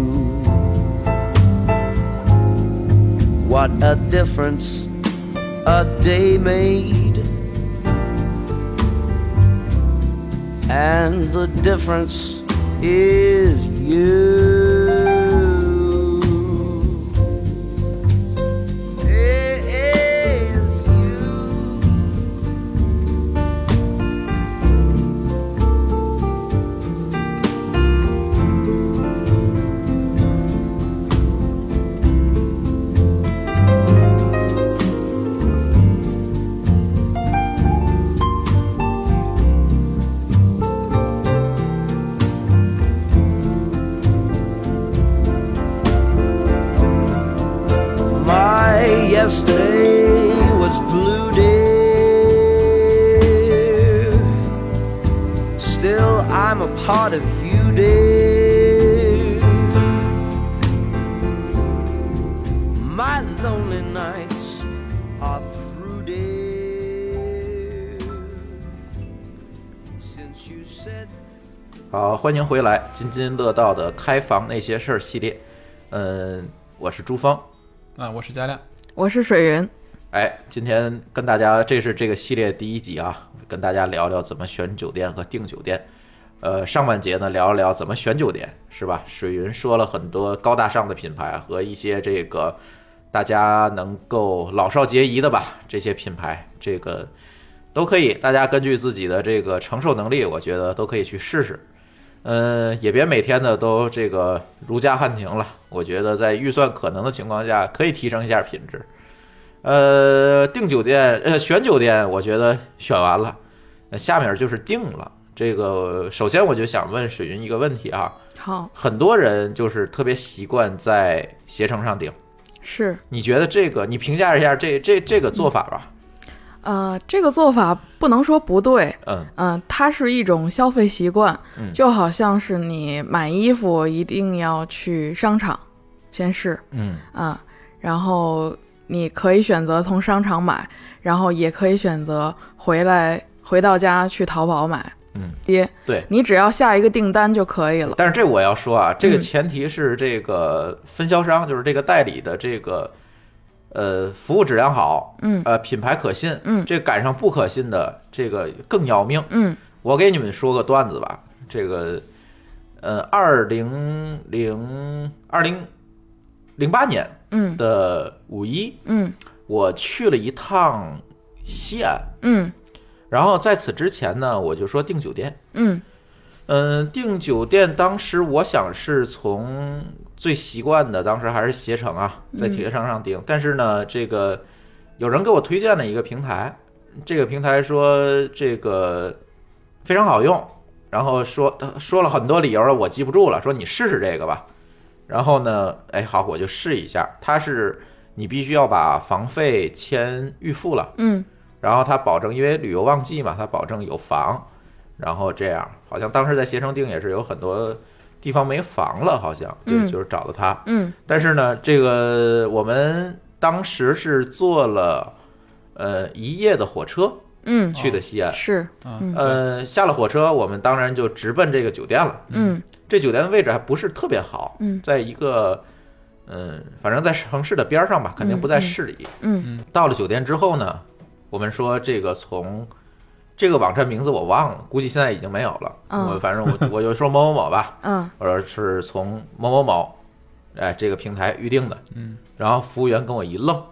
What a difference a day made. And the difference is you. Yesterday was blue, dear. Still I'm a part of you, dear. My lonely nights are through, dear. Since you said 好，欢迎回来，津津乐道的开房那些事儿系列。我是朱峰啊，我是佳亮。 我是水云。 哎，今天跟大家，这是这个系列第一集啊，跟大家聊聊怎么选酒店和订酒店。上半节呢聊一聊怎么选酒店，是吧？水云说了很多高大上的品牌和一些这个大家能够老少皆宜的吧，这些品牌这个都可以，大家根据自己的这个承受能力，我觉得都可以去试试。也别每天的都这个如家汉庭了，我觉得在预算可能的情况下，可以提升一下品质。订酒店，选酒店，我觉得选完了，下面就是订了。这个首先我就想问水云一个问题啊， 好， 很多人就是特别习惯在携程上订， 是， 你觉得这个，你评价一下这个做法吧？ 这个做法不能说不对，它是一种消费习惯，就好像是你买衣服一定要去商场先试，然后你可以选择从商场买，然后也可以选择回到家去淘宝买，对，你只要下一个订单就可以了。 但是这我要说啊，这个前提是这个分销商，就是这个代理的这个服务质量好，品牌可信，这赶上不可信的这个更要命。我给你们说个段子吧，这个2008年的5·1，我去了一趟西安，然后在此之前呢，我就说订酒店，订酒店当时我想是从最习惯的，当时还是携程啊，在携程上订。但是呢，这个有人给我推荐了一个平台，这个平台说这个非常好用，然后说了很多理由，我记不住了，说你试试这个吧。然后呢，哎，好，我就试一下。它是你必须要把房费签预付了，然后它保证，因为旅游旺季嘛，它保证有房，然后这样，好像当时在携程订也是有很多地方没房了，好像对，就是找到他。但是呢，这个我们当时是坐了1夜的火车， 去的西安。 是， 下了火车，我们当然就直奔这个酒店了。这酒店的位置还不是特别好，在一个反正在城市的边上吧，肯定不在市里。到了酒店之后呢，我们说这个从这个网站名字我忘了，估计现在已经没有了。反正我就说某某某吧，我说是从某某某，这个平台预定的。然后服务员跟我一愣，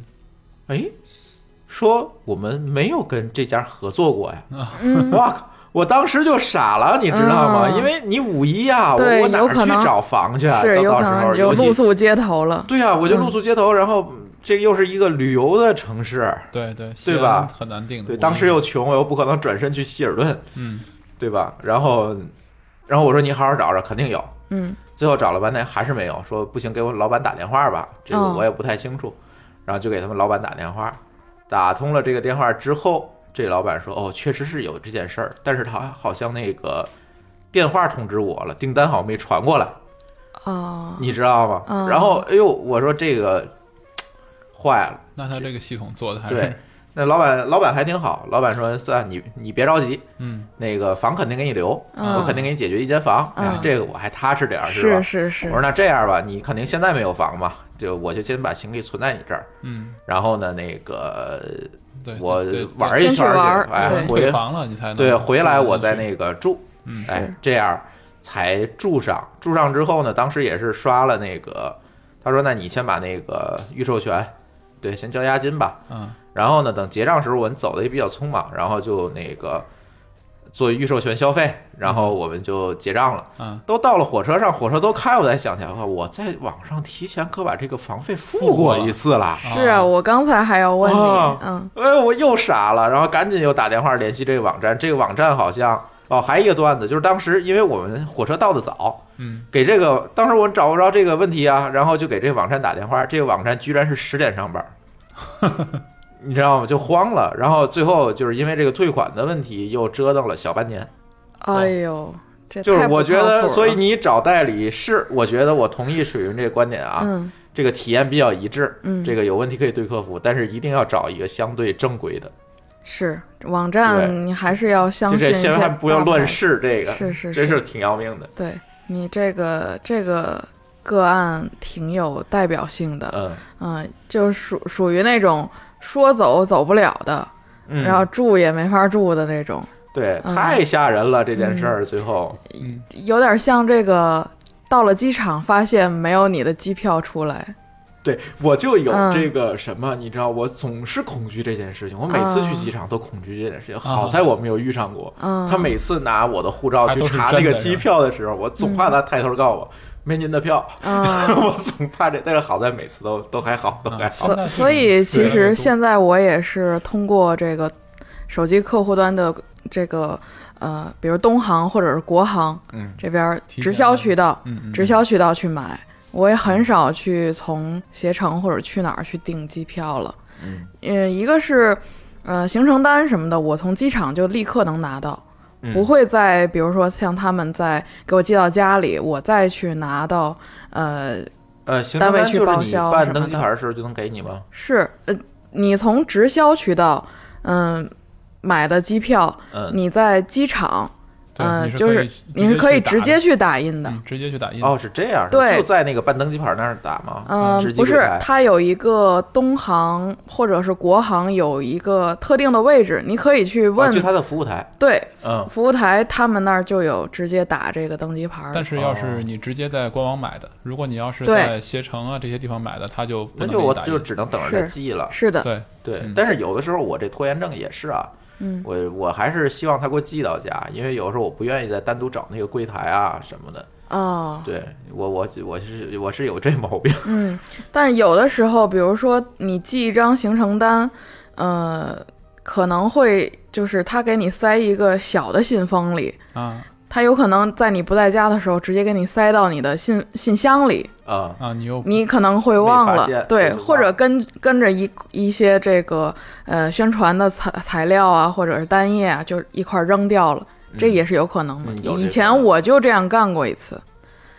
说我们没有跟这家合作过呀。哇，我当时就傻了，你知道吗？因为你5·1呀，我哪儿去找房去啊？ 是有可能就露宿街头了。 对啊，我就露宿街头，然后这又是一个旅游的城市，对吧？ 很难定的。 对，当时又穷，我又不可能转身去希尔顿，对吧？然后我说你好好找找，肯定有。最后找了半天还是没有，说不行，给我老板打电话吧，这个我也不太清楚。然后就给他们老板打电话，打通了这个电话之后，这老板说确实是有这件事儿，但是他好像那个电话通知我了，订单好像没传过来。你知道吗？然后我说这个坏了。 那他这个系统做的还是对。那老板还挺好，老板说算你别着急，那个房肯定给你留，我肯定给你解决一间房，这个我还踏实点是吧？ 是。 我说那这样吧，你肯定现在没有房嘛，我就先把行李存在你这儿，然后呢那个我玩一圈回房了你才能对，回来我再那个住，这样才住上之后呢，当时也是刷了那个，他说那你先把那个预授权，对，先交押金吧，然后呢，等结账时候我们走的也比较匆忙，然后就那个做预授权消费，然后我们就结账了。都到了火车上，火车都开，我才想起来，我在网上提前可把这个房费付过一次了。 是啊，我刚才还要问你， 我又傻了，然后赶紧又打电话联系这个网站，这个网站好像还一个段子，就是当时因为我们火车到的早，给这个当时我找不着这个问题啊，然后就给这个网站打电话，这个网站居然是10点上班。你知道吗？就慌了，然后最后就是因为这个退款的问题，又折腾了小半年。 哎呦，这就是我觉得，所以你找代理是，我觉得我同意水云这个观点啊，这个体验比较一致，这个有问题可以对客服，但是一定要找一个相对正规的。 是网站，你还是要相信。 千万不要乱试这个， 是， 真是挺要命的。 对你这个个案挺有代表性的，就属于那种说走走不了的，然后住也没法住的那种。 对，太吓人了这件事儿，最后有点像这个到了机场发现没有你的机票出来。 对，我就有这个什么，你知道，我总是恐惧这件事情，我每次去机场都恐惧这件事情。好在我没有遇上过，他每次拿我的护照去查那个机票的时候，我总怕他抬头告诉我没您的票，我总怕这，但是好在每次都还好，都还好。 所以其实现在我也是通过这个手机客户端的这个比如东航或者是国航，这边直销渠道去买。我也很少去从携程或者去哪儿去订机票了，一个是行程单什么的，我从机场就立刻能拿到，不会再比如说像他们在给我寄到家里，我再去拿到单位去报销什么的。行程单就是你办登机牌的时候就能给你吗？ 是你从直销渠道买的机票，你在机场。就是你是可以直接去打印的， 直接去打印。 哦，是这样， 对， 就在那个办登机牌那儿打吗？ 不是，它有一个东航或者是国航有一个特定的位置，你可以去问， 就它的服务台。 对，服务台他们那儿就有直接打这个登机牌。 但是要是你直接在官网买的，如果你要是在携程啊这些地方买的，它就不能给你打印， 那就只能等着它寄了。 是的， 对。但是有的时候我这拖延症也是啊。我还是希望他给我寄到家，因为有的时候我不愿意再单独找那个柜台啊什么的。对，我是有这毛病。 但是有的时候，比如说你寄一张行程单，可能会就是他给你塞一个小的信封里啊。他有可能在你不在家的时候，直接给你塞到你的信箱里你可能会忘了，对，或者跟着一些这个宣传的材料啊，或者是单页啊，就一块扔掉了，这也是有可能的。以前我就这样干过一次。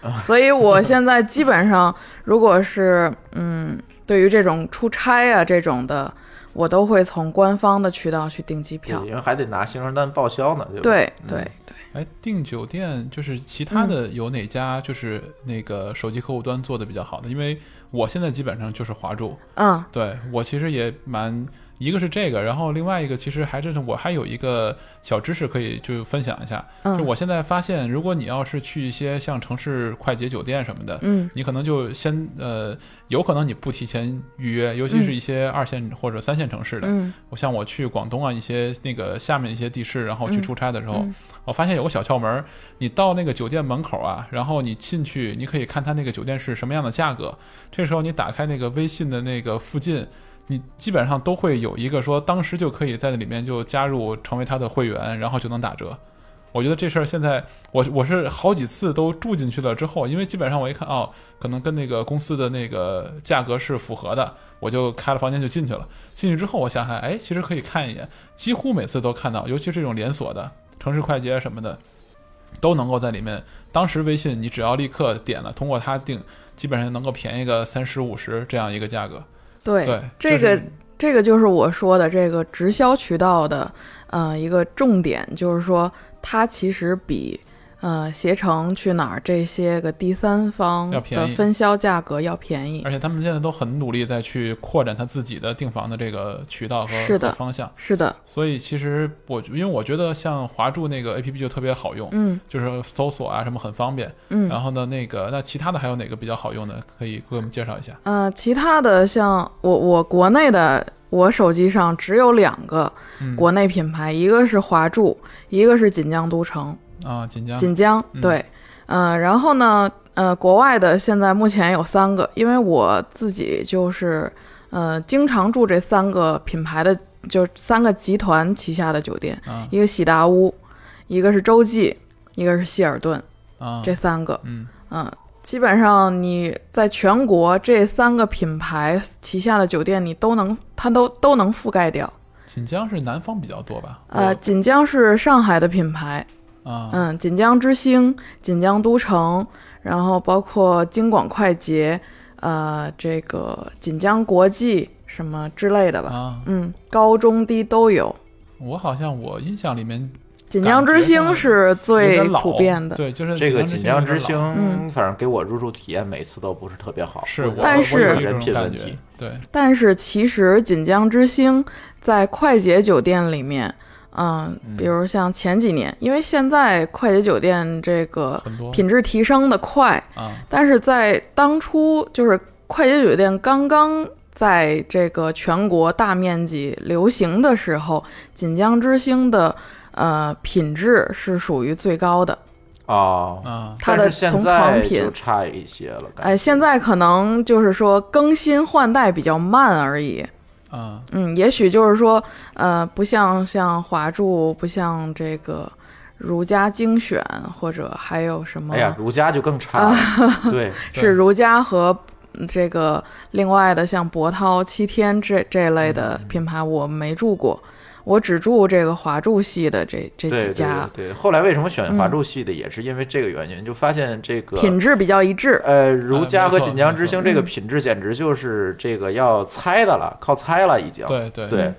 所以我现在基本上如果是对于这种出差啊这种的，我都会从官方的渠道去订机票， 因为还得拿行程单报销呢，对吧？ 对对对。 哎，订酒店就是其他的有哪家就是那个手机客户端做的比较好的？因为我现在基本上就是华住，对我其实也蛮。一个是这个，然后另外一个其实还真是我还有一个小知识可以就分享一下，就我现在发现，如果你要是去一些像城市快捷酒店什么的，你可能就先有可能你不提前预约，尤其是一些2线或者3线城市的，像我去广东啊一些那个下面一些地市，然后去出差的时候，我发现有个小窍门，你到那个酒店门口啊，然后你进去，你可以看它那个酒店是什么样的价格，这时候你打开那个微信的那个附近。你基本上都会有一个说当时就可以在那里面就加入成为他的会员，然后就能打折。我觉得这事儿现在我是好几次都住进去了之后，因为基本上我一看可能跟那个公司的那个价格是符合的，我就开了房间就进去了。进去之后我想起来，其实可以看一眼，几乎每次都看到，尤其这种连锁的城市快捷什么的都能够在里面。当时微信你只要立刻点了通过它订，基本上能够便宜个30-50这样一个价格。 对，这个就是我说的这个直销渠道的一个重点，就是说它其实比携程去哪儿这些个第三方的分销价格要便宜， 而且他们现在都很努力在去扩展他自己的订房的这个渠道和方向。 是的， 所以其实因为我觉得像华住那个 APP 就特别好用，就是搜索啊什么很方便，然后呢那其他的还有哪个比较好用的，可以给我们介绍一下？ 其他的像我国内的。我手机上只有2个国内品牌，一个是华住，一个是锦江都城。锦江对，然后呢，国外的现在目前有3个，因为我自己就是经常住这3个品牌的，就3个集团旗下的酒店，一个喜达屋，一个是洲际，一个是希尔顿，这3个，基本上你在全国这3个品牌旗下的酒店，你它都能覆盖掉。 锦江是南方比较多吧？ 锦江是上海的品牌。锦江之星、锦江都城，然后包括京广快捷，这个锦江国际什么之类的吧。高中低都有。 我印象里面， 锦江之星是最普遍的。 对，就是这个锦江之星，反正给我入住体验每次都不是特别好。 但是人品问题。 对， 但是其实锦江之星在快捷酒店里面。比如像前几年，因为现在快捷酒店这个品质提升的快，但是在当初就是快捷酒店刚刚在这个全国大面积流行的时候，锦江之星的品质是属于最高的。它的从床品就差一些了。 现在可能就是说更新换代比较慢而已。也许就是说，不像华住，不像这个如家精选，或者还有什么？ 如家就更差了。对， 是如家和这个另外的像博涛、7天这类的品牌，我没住过。我只住这个华住系的这几家。 对，后来为什么选华住系的，也是因为这个原因，就发现这个品质比较一致。 如家和锦江之星这个品质简直就是这个要猜的了，靠猜了已经。 对，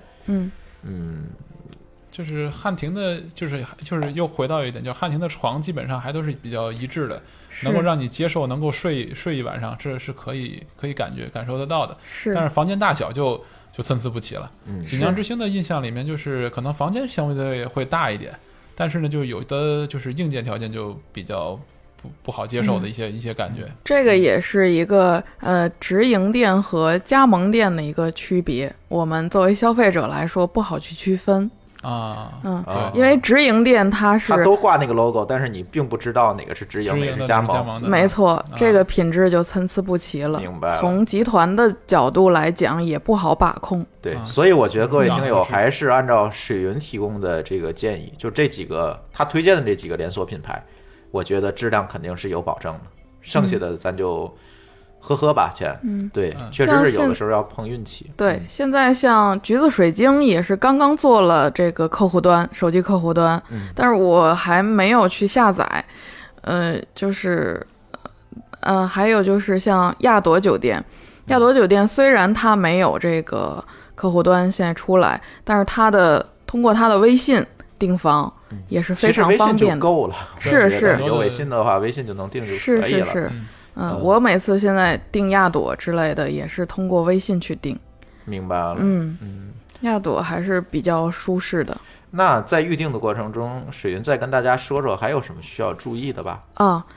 就是汉庭的，就是又回到一点，叫汉庭的床基本上还都是比较一致的，能够让你接受，能够睡一晚上，这是可以感受得到的。但是房间大小就参差不齐了。锦江之星的印象里面，就是可能房间相对的也会大一点，但是呢，就有的就是硬件条件就比较不好接受的一些感觉。 这个也是一个直营店和加盟店的一个区别，我们作为消费者来说不好去区分。因为直营店它都挂那个 logo， 但是你并不知道哪个是直营，哪个是加盟的。 没错，这个品质就参差不齐了。 明白了。 从集团的角度来讲，也不好把控。 对，所以我觉得各位听友还是按照水云提供的这个建议，就这几个他推荐的这几个连锁品牌，我觉得质量肯定是有保证的，剩下的咱就喝吧钱。对，确实是有的时候要碰运气。 对，现在像橘子水晶也是刚刚做了这个客户端，手机客户端，但是我还没有去下载。就是还有就是像亚朵酒店，亚朵酒店虽然它没有这个客户端现在出来，但是通过它的微信订房也是非常方便的。 够了， 是有微信的话，微信就能订就可以了。 是。我每次现在订亚朵之类的也是通过微信去订。 明白了。 亚朵还是比较舒适的。 那在预定的过程中，水云再跟大家说说还有什么需要注意的吧？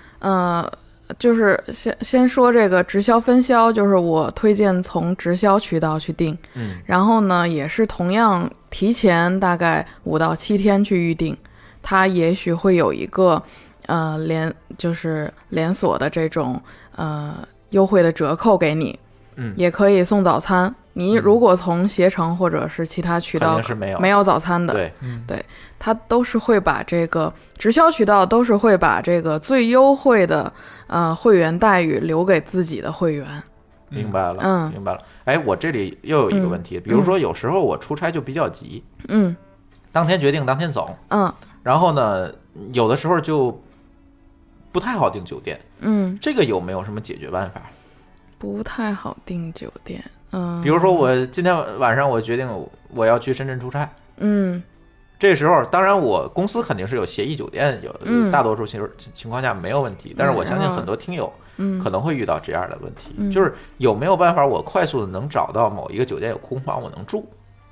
就是先说这个直销分销，就是我推荐从直销渠道去订，然后呢也是同样提前大概5到7天去预定，它也许会有一个就是连锁的这种优惠的折扣给你，也可以送早餐。你如果从携程或者是其他渠道没有早餐的，对，它都是会把这个直销渠道都是会把这个最优惠的会员待遇留给自己的会员。 明白了，明白了。哎，我这里又有一个问题，比如说有时候我出差就比较急，当天决定当天走，然后呢，有的时候就不太好订酒店，这个有没有什么解决办法？ 不太好订酒店。 比如说我今天晚上我决定我要去深圳出差，这时候当然我公司肯定是有协议酒店，大多数情况下没有问题，但是我相信很多听友可能会遇到这样的问题，就是有没有办法我快速的能找到某一个酒店有空房我能住？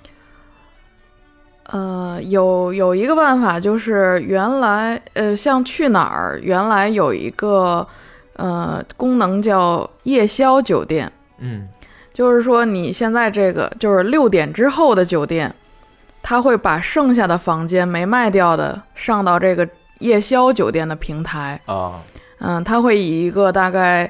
有一个办法，就是原来像去哪儿原来有一个功能叫夜宵酒店，就是说你现在这个就是6点之后的酒店，他会把剩下的房间没卖掉的上到这个夜宵酒店的平台他会以一个大概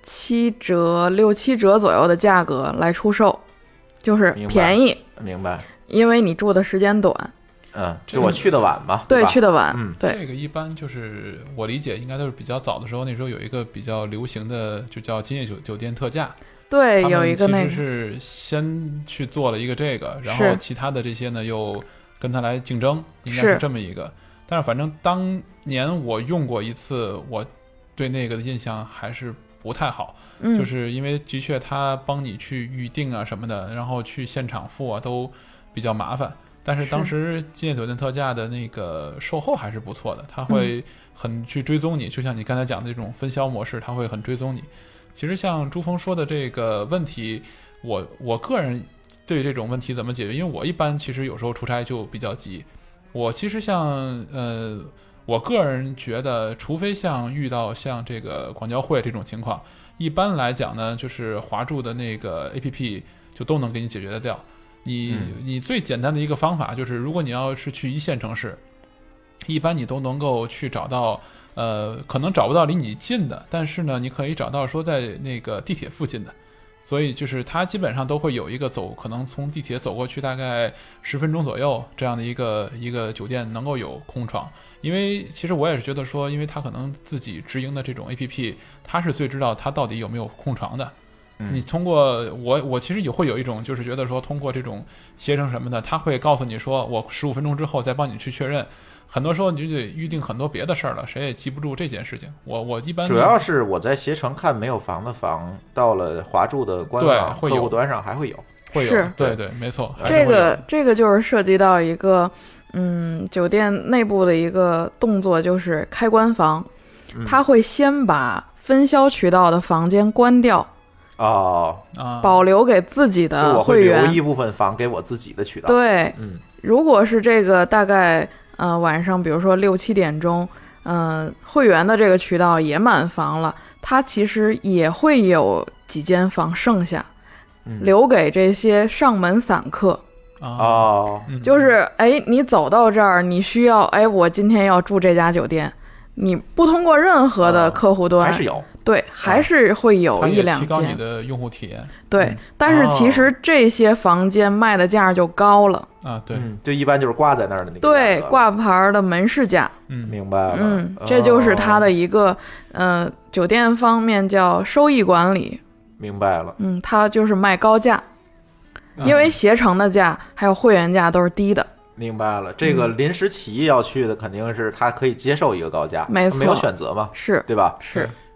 6、7折左右的价格来出售，就是便宜。 明白。 因为你住的时间短。 就我去的晚嘛。 对，去的晚。对， 这个一般就是我理解应该都是比较早的时候，那时候有一个比较流行的就叫今夜酒店特价。 对，有一个那个其实是先去做了一个这个，然后其他的这些呢又跟他来竞争，应该是这么一个。但是反正当年我用过一次，我对那个的印象还是不太好，就是因为的确他帮你去预定啊什么的，然后去现场付啊都比较麻烦。但是当时今夜酒店特价的那个售后还是不错的，他会很去追踪你，就像你刚才讲的这种分销模式，他会很追踪你。其实像朱峰说的这个问题，我个人对这种问题怎么解决，因为我一般其实有时候出差就比较急，我其实像我个人觉得，除非像遇到像这个广交会这种情况，一般来讲呢，就是华住的那个 APP 就都能给你解决得掉。你最简单的一个方法就是，如果你要是去1线城市，一般你都能够去找到可能找不到离你近的，但是呢你可以找到说在那个地铁附近的，所以就是它基本上都会有一个可能从地铁走过去大概10分钟左右这样的一个酒店能够有空床。因为其实我也是觉得说，因为他可能自己直营的这种 APP， 他是最知道他到底有没有空床的。你通过我其实也会有一种就是觉得说，通过这种携程什么的，他会告诉你说我15分钟之后再帮你去确认。很多时候你就得预定很多别的事儿了，谁也记不住这件事情。我一般主要是我在携程看没有房的房，到了华住的官网客户端上还会有。 是， 对，没错。 这个就是涉及到一个酒店内部的一个动作，就是开关房，他会先把分销渠道的房间关掉。保留给自己的会员， 我会留一部分房给我自己的渠道。 对，如果是这个大概晚上，比如说6、7点钟，会员的这个渠道也满房了，它其实也会有几间房剩下，留给这些上门散客。就是你走到这儿，你需要我今天要住这家酒店，你不通过任何的客户端， 还是有。 对，还是会有1、2间， 提高你的用户体验。 对，但是其实这些房间卖的价就高了对， 就一般就是挂在那儿的那个。 对，挂牌的门市价。 明白了。 这就是它的一个酒店方面叫收益管理。 明白了。 它就是卖高价，因为携程的价还有会员价都是低的。 明白了，这个临时起意要去的肯定是他可以接受一个高价， 没错， 没有选择嘛， 是对吧？ 是。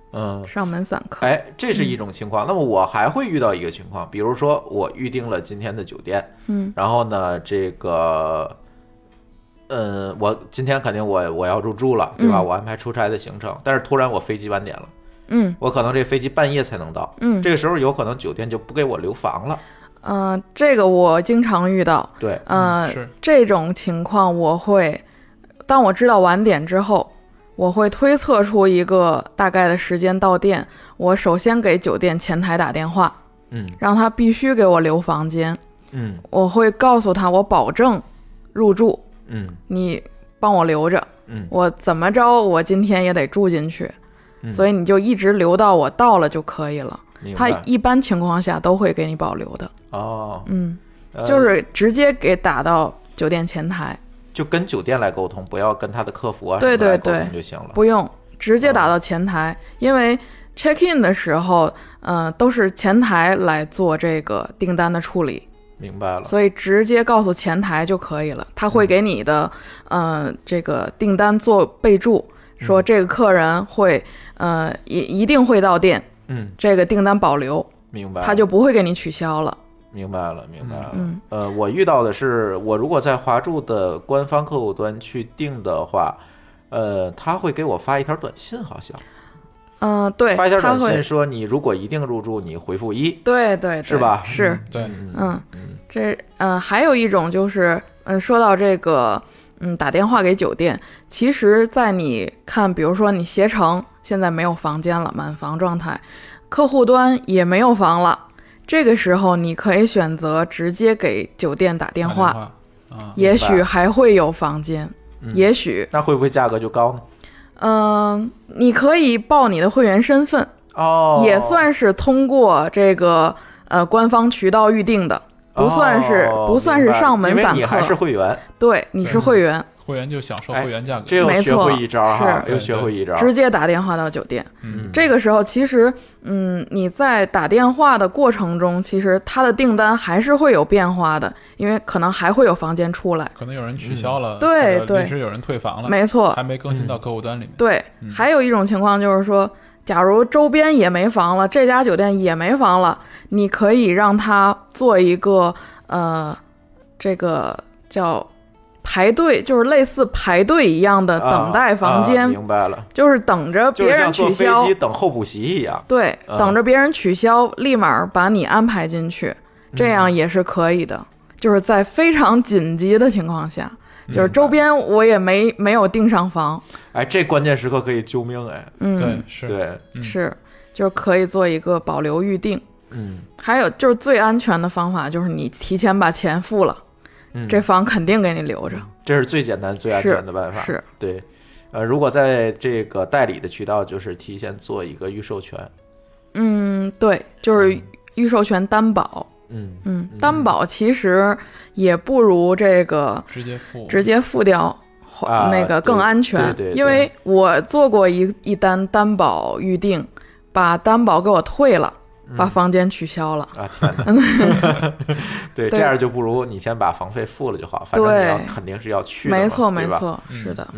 上门散客。 哎，这是一种情况。那么我还会遇到一个情况，比如说我预定了今天的酒店，然后呢，这个，我今天肯定我要入住了，对吧？我安排出差的行程，但是突然我飞机晚点了，我可能这飞机半夜才能到，这个时候有可能酒店就不给我留房了。 这个我经常遇到。 对， 是这种情况我会，当我知道晚点之后，我会推测出一个大概的时间到店。我首先给酒店前台打电话，让他必须给我留房间。我会告诉他，我保证入住，你帮我留着，我怎么着，我今天也得住进去，所以你就一直留到我到了就可以了。他一般情况下都会给你保留的。就是直接给打到酒店前台， 就跟酒店来沟通，不要跟他的客服啊对对对沟通就行了， 不用直接打到前台，因为 check in 的时候，都是前台来做这个订单的处理。 明白了， 所以直接告诉前台就可以了，他会给你的这个订单做备注，说这个客人会一定会到店，这个订单保留， 明白了， 他就不会给你取消了。 明白了，明白了。我遇到的是，我如果在华住的官方客户端去订的话，他会给我发一条短信，好像， 对， 发一条短信说你如果一定入住，你回复1， 对对， 是吧？ 是， 对， 这还有一种就是，说到这个，打电话给酒店，其实，在你看，比如说你携程现在没有房间了，满房状态，客户端也没有房了。这个时候，你可以选择直接给酒店打电话，也许还会有房间，也许。 那会不会价格就高呢？你可以报你的会员身份，也算是通过这个官方渠道预定的，不算是上门散客， 因为你还是会员， 对，你是会员。 会员就享受会员价格， 这又学会一招哈，又学会一招， 直接打电话到酒店。这个时候其实，你在打电话的过程中，其实他的订单还是会有变化的，因为可能还会有房间出来， 可能有人取消了， 对对， 临时有人退房了， 没错， 还没更新到客户端里面。 对，还有一种情况就是说，假如周边也没房了，这家酒店也没房了，你可以让他做一个这个叫排队，就是类似排队一样的等待房间， 明白了， 就是等着别人取消， 就像坐飞机等候补习一样， 对，等着别人取消，立马把你安排进去，这样也是可以的。就是在非常紧急的情况下，就是周边我也没有订上房， 哎，这关键时刻可以救命，哎， 对，是， 对， 是，就是可以做一个保留预定。还有就是最安全的方法就是你提前把钱付了。这房肯定给你留着， 这是最简单最安全的办法。 是， 对，如果在这个代理的渠道，就是提前做一个预授权。 对，就是预授权担保。担保其实也不如这个直接付掉那个更安全， 对， 因为我做过一单担保预定，把担保给我退了。把房间取消了啊！天哪，对，这样就不如你先把房费付了就好，反正你肯定是要去的嘛， 没错， 没错，是的，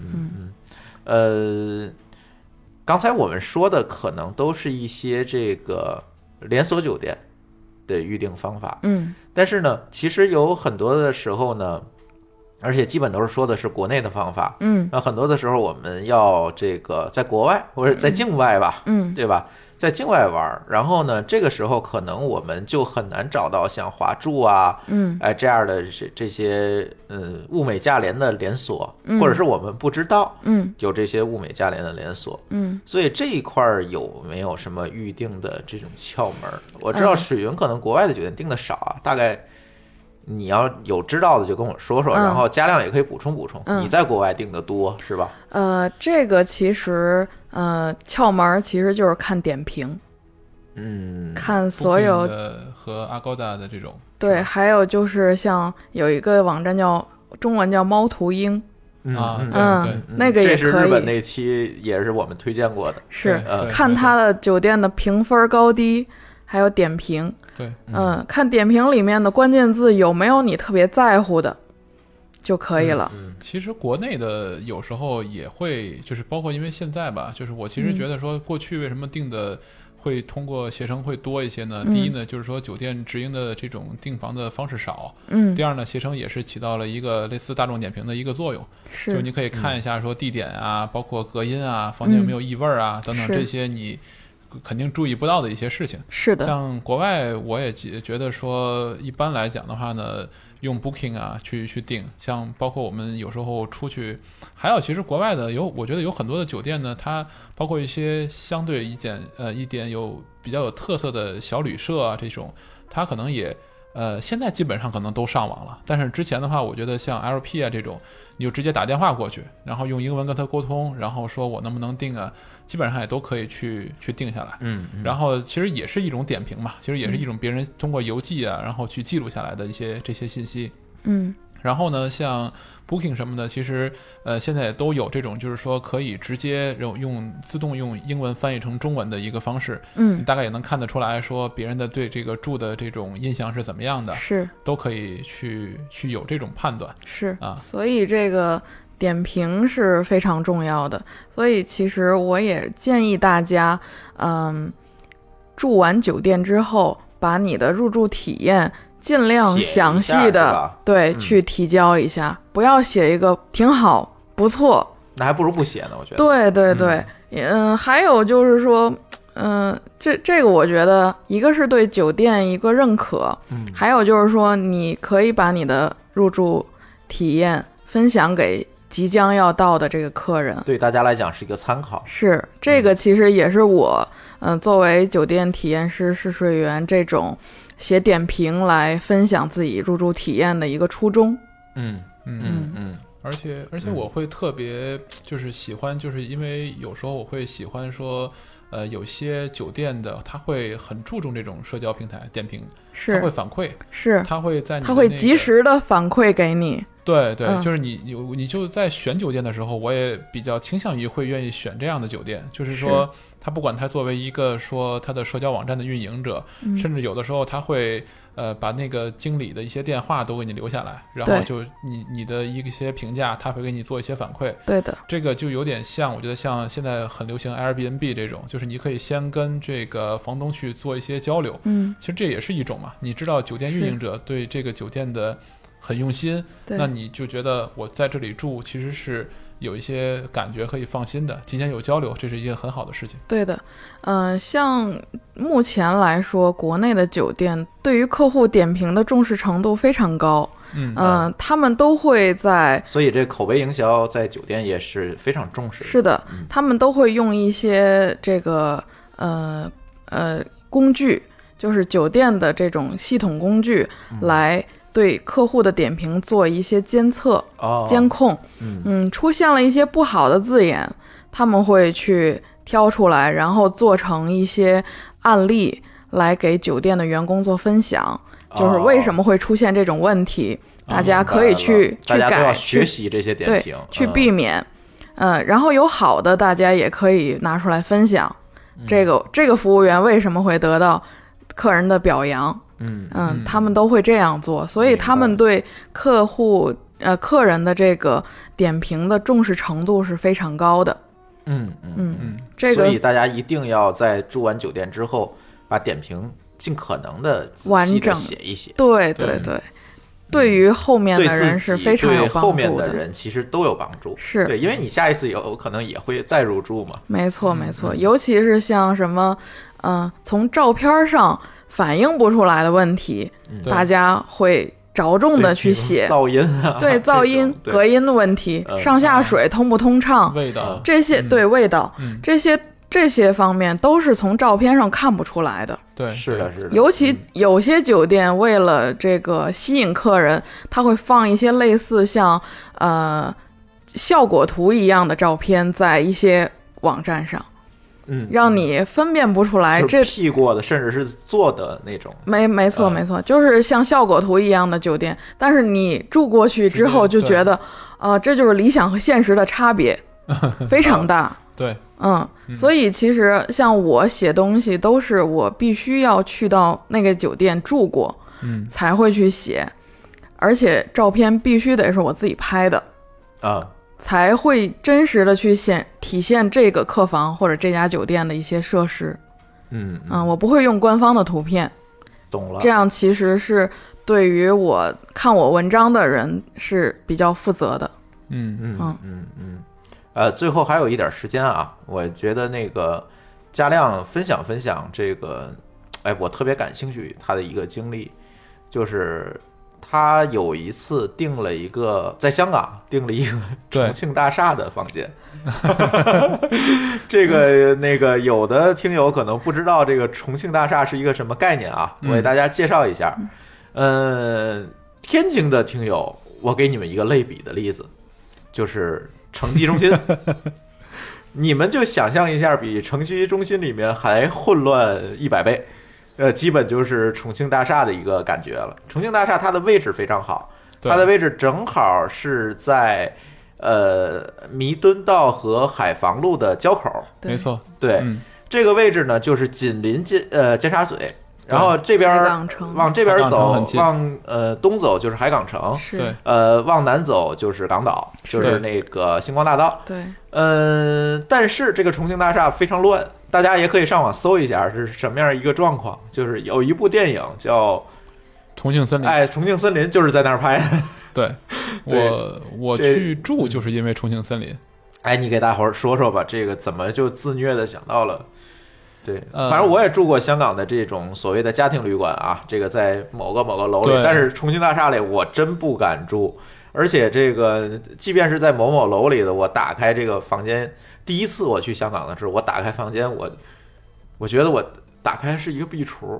刚才我们说的可能都是一些这个连锁酒店的预订方法，但是呢，其实有很多的时候呢，而且基本都是说的是国内的方法，那很多的时候我们要这个在国外或者在境外吧，对吧？在境外玩，然后呢，这个时候可能我们就很难找到像华住啊，这样的这些物美价廉的连锁，或者是我们不知道，有这些物美价廉的连锁，所以这一块有没有什么预定的这种窍门？我知道水云可能国外的酒店订的少啊，大概你要有知道的就跟我说说，然后加量也可以补充补充。你在国外订的多是吧？ 这个其实窍门其实就是看点评，看所有和 Agoda 的这种， 对，还有就是像有一个网站中文叫猫途鹰。那个也可以。 这是日本那期也是我们推荐过的。 是，看他的酒店的评分高低，还有点评。 对， 看点评里面的关键字有没有你特别在乎的， 就可以了。 其实国内的有时候也会，就是包括因为现在吧，就是我其实觉得说过去为什么订的会通过携程会多一些呢？第一呢，就是说酒店直营的这种订房的方式少。第二呢，携程也是起到了一个类似大众点评的一个作用，就你可以看一下说地点啊，包括隔音啊，房间有没有异味啊，等等这些你肯定注意不到的一些事情。 是的， 像国外我也觉得说，一般来讲的话呢，用 Booking 啊去订，像包括我们有时候出去，还有其实国外的我觉得有很多的酒店呢，它包括一些相对一点有比较有特色的小旅社啊这种，它可能也现在基本上可能都上网了，但是之前的话，我觉得像 LP 啊这种，你就直接打电话过去，然后用英文跟他沟通，然后说我能不能订啊，基本上也都可以去定下来。然后其实也是一种点评嘛，其实也是一种别人通过邮寄啊，然后去记录下来的这些信息。然后呢，像 Booking 什么的，其实现在也都有这种，就是说可以直接自动用英文翻译成中文的一个方式。你大概也能看得出来说别人的对这个住的这种印象是怎么样的， 是都可以去有这种判断。 是啊，所以这个点评是非常重要的。所以其实我也建议大家，住完酒店之后，把你的入住体验尽量详细的去提交一下，不要写一个挺好不错， 那还不如不写呢，我觉得。 对对对，还有就是说，这个我觉得一个是对酒店一个认可，还有就是说你可以把你的入住体验分享给即将要到的这个客人， 对大家来讲是一个参考。 是这个其实也是我作为酒店体验师试睡员这种写点评来分享自己入住体验的一个初衷。 而且我会特别就是喜欢，就是因为有时候我会喜欢说，有些酒店的他会很注重这种社交平台点评，他会反馈，他会在你的他会及时的反馈给你。 对对，就是你就在选酒店的时候，我也比较倾向于会愿意选这样的酒店，就是说他不管他作为一个说他的社交网站的运营者，甚至有的时候他会把那个经理的一些电话都给你留下来，然后就你的一些评价他会给你做一些反馈。 对的， 这个就有点像我觉得像现在很流行 Airbnb 这种，就是你可以先跟这个房东去做一些交流。其实这也是一种嘛，你知道酒店运营者对这个酒店的很用心，那你就觉得我在这里住其实是有一些感觉可以放心的，提前有交流，这是一件很好的事情。 对的，像目前来说，国内的酒店对于客户点评的重视程度非常高。他们都会所以这口碑营销在酒店也是非常重视的。 是的，他们都会用一些这个工具，就是酒店的这种系统工具来对客户的点评做一些监测、监控。出现了一些不好的字眼，他们会去挑出来，然后做成一些案例来给酒店的员工做分享，就是为什么会出现这种问题，大家可以去改， 大家都要学习这些点评， 去避免。然后有好的，大家也可以拿出来分享。这个服务员为什么会得到客人的表扬？他们都会这样做，所以他们对客人的这个点评的重视程度是非常高的。这个所以大家一定要在住完酒店之后，把点评尽可能的完整写一写。 对对对，对于后面的人是非常有帮助的， 对后面的人其实都有帮助。 是对，因为你下一次有可能也会再入住嘛。 没错没错，尤其是像什么从照片上反映不出来的问题，大家会着重的去写。 噪音啊， 对噪音、隔音的问题，上下水通不通畅， 味道这些，对味道，这些方面都是从照片上看不出来的。 对， 是的，是的。 尤其有些酒店为了这个吸引客人，他会放一些类似像效果图一样的照片在一些网站上。让你分辨不出来这 P 过的，甚至是做的那种。 没错没错，就是像效果图一样的酒店，但是你住过去之后就觉得，这就是理想和现实的差别，非常大。 对， 所以其实像我写东西都是我必须要去到那个酒店住过，才会去写。 而且照片必须得是我自己拍的啊， 才会真实的去体现这个客房或者这家酒店的一些设施。我不会用官方的图片。 懂了。 这样其实是对于我看我文章的人是比较负责的。 最后还有一点时间啊，我觉得那个嘉亮分享这个，我特别感兴趣他的一个经历，就是他有一次在香港订了一个重庆大厦的房间。这个那个有的听友可能不知道这个重庆大厦是一个什么概念啊，我给大家介绍一下。天津的听友，我给你们一个类比的例子，就是城际中心。你们就想象一下，比城区中心里面还混乱100倍，基本就是重庆大厦的一个感觉了。重庆大厦它的位置非常好，它的位置正好是在弥敦道和海防路的交口。 没错， 对，这个位置呢就是紧邻尖沙咀。然后这边往这边走，往东走就是海港城， 对， 往南走就是港岛，就是那个星光大道。 对， 但是这个重庆大厦非常乱，大家也可以上网搜一下是什么样一个状况。就是有一部电影叫《 重庆森林》， 重庆森林就是在那儿拍的。 对，我去住就是因为重庆森林。 你给大伙儿说说吧，这个怎么就自虐的想到了？对，反正我也住过香港的这种所谓的家庭旅馆啊，这个在某个楼里，但是重庆大厦里我真不敢住，而且这个即便是在某楼里的，我打开这个房间，第一次我去香港的时候，我打开房间，我觉得我打开是一个壁橱。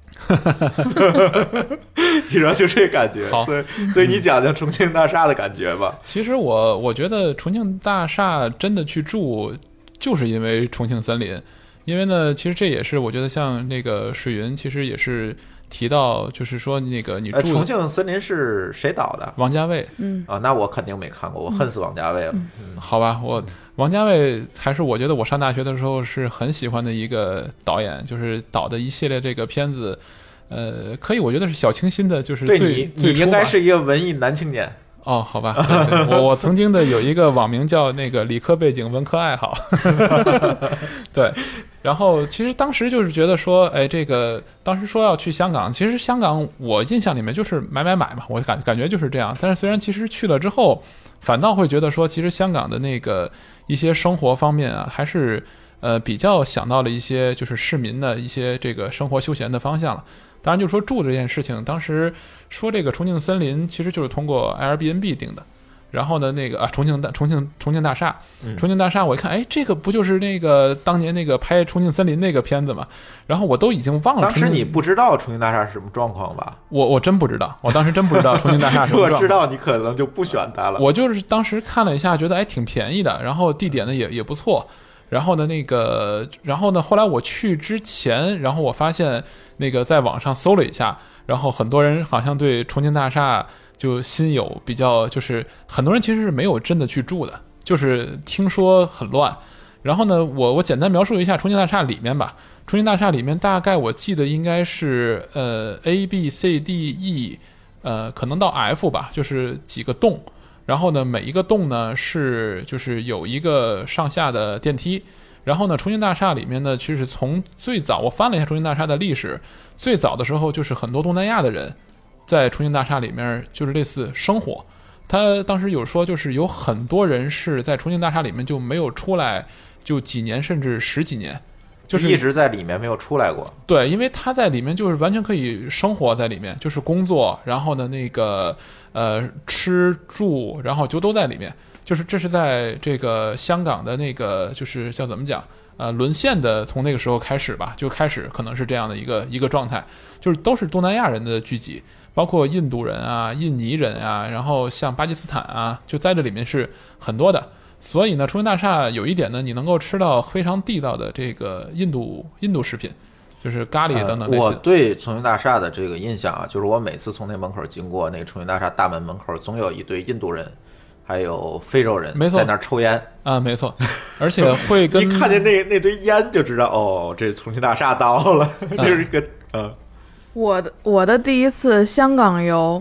你知道就这感觉。 好， 所以你讲讲重庆大厦的感觉吧。 其实我觉得重庆大厦真的去住，就是因为重庆森林。因为呢，其实这也是我觉得像那个水云，其实也是提到，就是说那个你住重庆森林是谁导的？ 王家卫。 那我肯定没看过，我恨死王家卫了。 好吧，王家卫还是我觉得我上大学的时候是很喜欢的一个导演，就是导的一系列这个片子，可以我觉得是小清新的，就是你应该是一个文艺男青年。 哦，好吧，对我曾经的有一个网名叫那个理科背景文科爱好。对，然后其实当时就是觉得说，这个当时说要去香港，其实香港我印象里面就是买嘛，我感觉就是这样。但是虽然其实去了之后，反倒会觉得说，其实香港的那个一些生活方面啊，还是比较想到了一些就是市民的一些这个生活休闲的方向了。当然，就说住这件事情，当时说这个重庆森林其实就是通过 Airbnb 定的，然后呢，那个重庆大厦，重庆大厦，我一看，这个不就是那个当年那个拍重庆森林那个片子嘛？然后我都已经忘了。 当时你不知道重庆大厦是什么状况吧？ 我真不知道，我当时真不知道重庆大厦什么状况。 如果知道，你可能就不选它了。 我就是当时看了一下，觉得挺便宜的，然后地点呢也不错。然后呢，后来我去之前，然后我发现那个在网上搜了一下，然后很多人好像对重庆大厦就心有比较，就是很多人其实是没有真的去住的，就是听说很乱。然后呢，我简单描述一下重庆大厦里面吧。重庆大厦里面大概我记得应该是A B C D E，可能到 F 吧，就是几个栋。然后呢，每一个栋呢就是有一个上下的电梯。然后呢，重庆大厦里面呢，其实从最早我翻了一下重庆大厦的历史，最早的时候就是很多东南亚的人在重庆大厦里面就是类似生活。他当时有说，就是有很多人是在重庆大厦里面就没有出来，就几年甚至10几年。就是一直在里面没有出来过。 对，因为他在里面就是完全可以生活在里面，就是工作，然后呢那个吃住，然后就都在里面。就是这是在这个香港的那个就是叫怎么讲沦陷的，从那个时候开始吧，就开始可能是这样的一个状态，就是都是东南亚人的聚集，包括印度人啊、印尼人啊，然后像巴基斯坦啊，就在这里面是很多的。所以呢，重庆大厦有一点呢，你能够吃到非常地道的这个印度食品，就是咖喱等等这些。 我对重庆大厦的这个印象啊，就是我每次从那门口经过，那个重庆大厦大门门口总有一堆印度人，还有非洲人在那儿抽烟啊，没错，而且会跟一看见那堆烟就知道，哦，这重庆大厦到了，这是一个我的第一次香港游，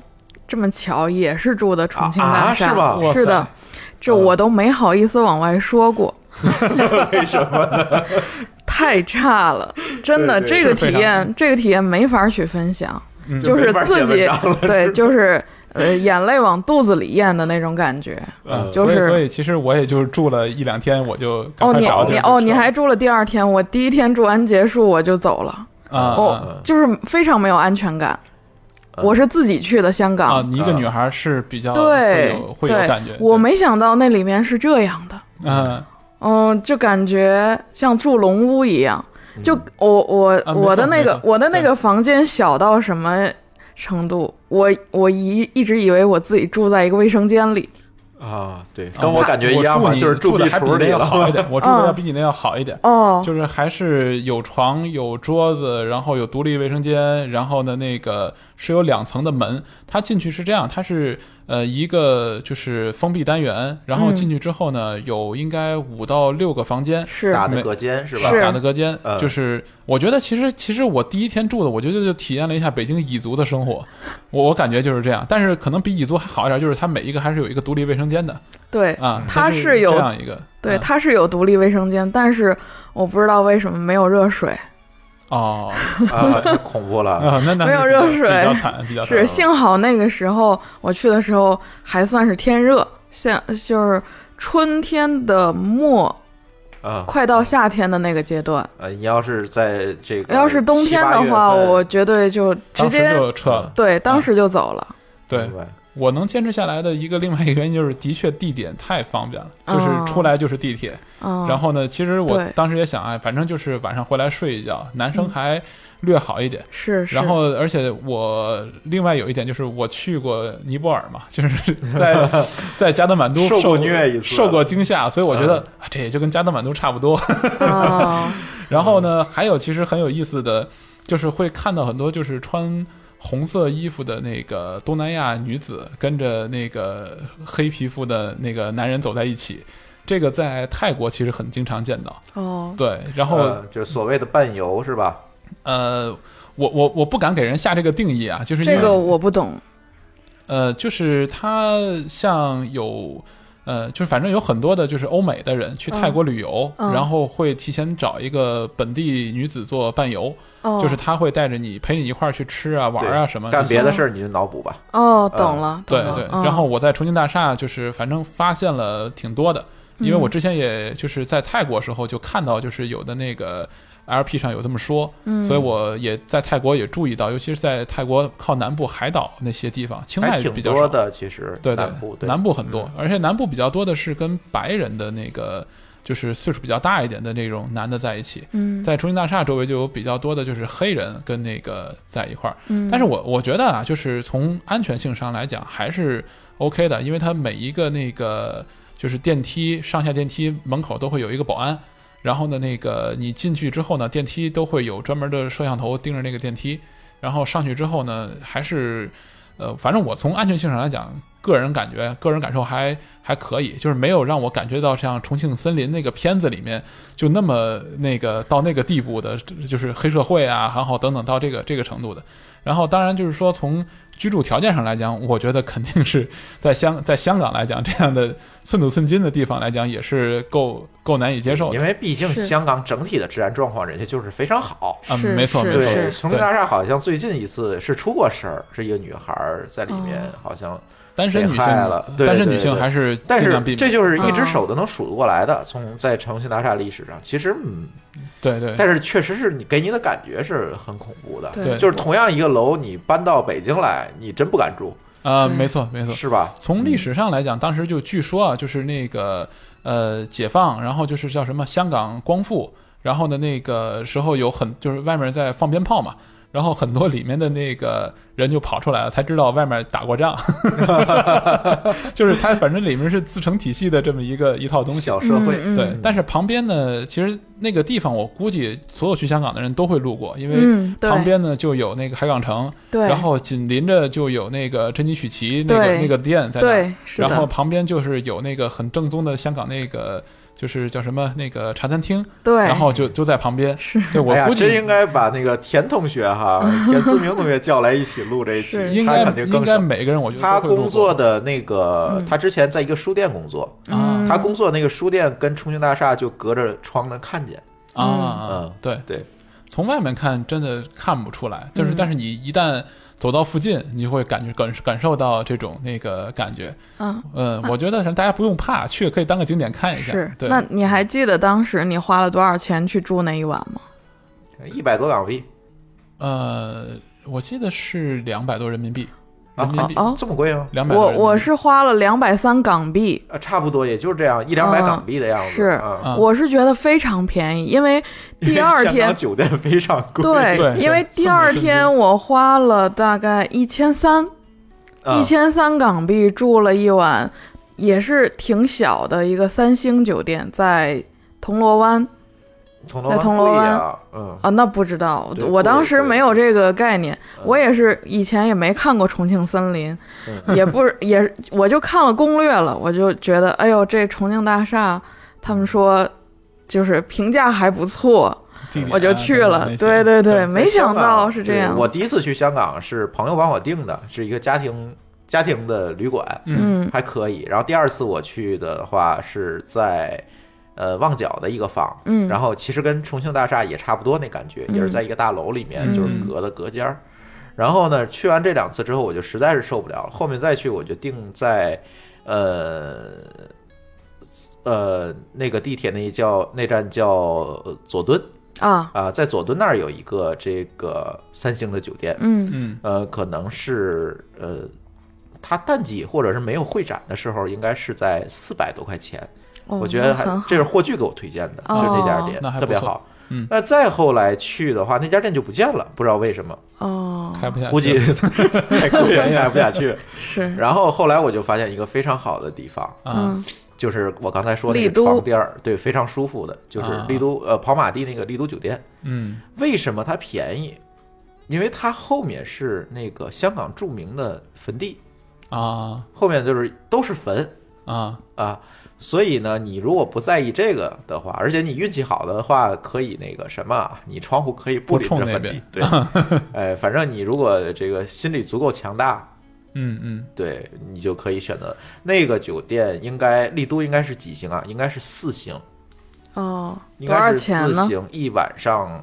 这么巧也是住的重庆大厦， 是吧？ 是的，这我都没好意思往外说过。 为什么呢？ 太差了，真的，这个体验没法去分享，就是自己对，就是眼泪往肚子里咽的那种感觉。就是所以其实我也就是住了1-2天，我就赶快找你还住了第2天，我第1天住完结束我就走了。就是非常没有安全感。我是自己去的香港你一个女孩是比较会有感觉。 我没想到那里面是这样的。就感觉像住龙屋一样。就我的那个房间小到什么程度？我一直以为我自己住在一个卫生间里。 对，跟我感觉一样嘛，就是住的还比那要好一点。我住的要比你那要好一点。 就是还是有床、有桌子，然后有独立卫生间，然后呢，那个是有2层的门。它进去是这样，它是一个就是封闭单元，然后进去之后呢，有应该5到6个房间， 是大的隔间是吧？ 大的隔间，就是我觉得其实我第1天住的，我觉得就体验了一下北京蚁族的生活，我感觉就是这样，但是可能比蚁族还好一点，就是它每一个还是有一个独立卫生间的。 对它是有这样一个， 对，它是有独立卫生间，但是我不知道为什么没有热水。 太恐怖了那没有热水， 比较惨，比较惨。 是幸好那个时候我去的时候还算是天热，就是春天的末，快到夏天的那个阶段。 你要是在这个要是冬天的话，我绝对就直接就撤了。 对，当时就走了。 对。我能坚持下来的另外一个原因就是，的确地点太方便了，就是出来就是地铁。然后呢，其实我当时也想，反正就是晚上回来睡一觉，男生还略好一点。 是。 然后，而且我另外有一点就是，我去过尼泊尔嘛，就是在加德满都受过虐一次， 受过惊吓，所以我觉得这也就跟加德满都差不多。然后呢，还有其实很有意思的，就是会看到很多就是穿红色衣服的那个东南亚女子跟着那个黑皮肤的那个男人走在一起，这个在泰国其实很经常见到。对，然后就是所谓的伴游是吧？ 我不敢给人下这个定义啊，就是因为这个我不懂。 就是它像有就是反正有很多的就是欧美的人去泰国旅游，然后会提前找一个本地女子做伴游。就是他会带着你陪你一块儿去吃啊玩啊什么， 干别的事儿你就脑补吧。 懂了。 对。然后我在重庆大厦就是反正发现了挺多的，因为我之前也就是在泰国时候就看到就是有的那个 LP 上有这么说，所以我也在泰国也注意到，尤其是在泰国靠南部海岛那些地方，清迈比较少的，其实对南部很多，而且南部比较多的是跟白人的那个。就是岁数比较大一点的那种男的在一起，在重庆大厦周围就有比较多的就是黑人跟那个在一块儿，但是我觉得就是从安全性上来讲还是 OK 的，因为它每一个那个就是电梯上下电梯门口都会有一个保安，然后呢那个你进去之后呢，电梯都会有专门的摄像头盯着那个电梯，然后上去之后呢还是反正我从安全性上来讲。个人感受还可以，就是没有让我感觉到像重庆森林那个片子里面就那么那个到那个地步的，就是黑社会啊，然后等等到这个程度的。然后当然就是说从居住条件上来讲，我觉得肯定是在香港来讲，这样的寸土寸金的地方来讲也是够难以接受的。 因为毕竟香港整体的治安状况人家就是非常好没错。 对，重庆大厦好像最近一次是出过事儿，是一个女孩在里面好像。 单身女性还是但是这就是一只手都能数得过来的。在重庆大厦历史上，其实对， 但是确实是给你的感觉是很恐怖的。 对， 就是同样一个楼，你搬到北京来，你真不敢住没错， 是吧？ 从历史上来讲，当时就据说就是那个解放，然后就是叫什么香港光复，然后呢那个时候就是外面在放鞭炮嘛。然后很多里面的那个人就跑出来了，才知道外面打过仗，就是它反正里面是自成体系的这么一套东西， 小社会。 对，但是旁边呢，其实那个地方我估计所有去香港的人都会路过，因为旁边呢就有那个海港城，然后紧邻着就有那个珍妮许琪那个店在那，然后旁边就是有那个很正宗的香港那个就是叫什么那个茶餐厅， 对， 然后就在旁边。 是， 对，我估计真应该把那个田同学哈，田思明同学叫来一起录这一期， 应该每个人我觉得他工作的那个，他之前在一个书店工作啊， 他工作那个书店跟重庆大厦就隔着窗能看见啊，对对， 从外面看真的看不出来，就是但是你一旦走到附近，你就会感受到这种那个感觉。我觉得大家不用怕，去可以当个景点看一下。 是， 对。 那你还记得当时你花了多少钱去住那一晚吗 ？100多港币。 我记得是200多人民币。 这么贵吗 ？200多。 我是花了230港币。 差不多也就是这样，100-200港币的样子。 是，我是觉得非常便宜，因为第二天香港酒店非常贵。 对，因为第二天我花了大概1300港币住了一晚，也是挺小的一个3星酒店，在铜锣湾。在铜锣湾那不知道，我当时没有这个概念，我也是以前也没看过重庆森林，我就看了攻略了，我就觉得哎呦，这重庆大厦他们说就是评价还不错，我就去了。对，没想到是这样。 我第一次去香港是朋友帮我订的，是一个家庭的旅馆，还可以。然后第二次我去的话是在旺角的一个房，然后其实跟重庆大厦也差不多那感觉，也是在一个大楼里面，就是隔的隔间。然后呢，去完这2次之后，我就实在是受不了了，后面再去我就定在那个地铁那站叫佐敦在佐敦那儿有一个这个3星的酒店，可能是它淡季或者是没有会展的时候，应该是在400多块钱。我觉得这是霍炬给我推荐的，就是那家店特别好。那再后来去的话，那家店就不见了，不知道为什么。 开不下去， 估计太贵了，开不下去。 是。 然后后来我就发现一个非常好的地方，就是我刚才说那个床垫，对，非常舒服的，就是丽都跑马地那个丽都酒店。为什么它便宜？因为它后面是那个香港著名的坟地后面都是坟所以呢，你如果不在意这个的话，而且你运气好的话，可以那个什么，你窗户可以不临着坟地，对，反正你如果这个心理足够强大，对，你就可以选择那个酒店。丽都应该是几星啊？应该是4星。应该是4星，一晚上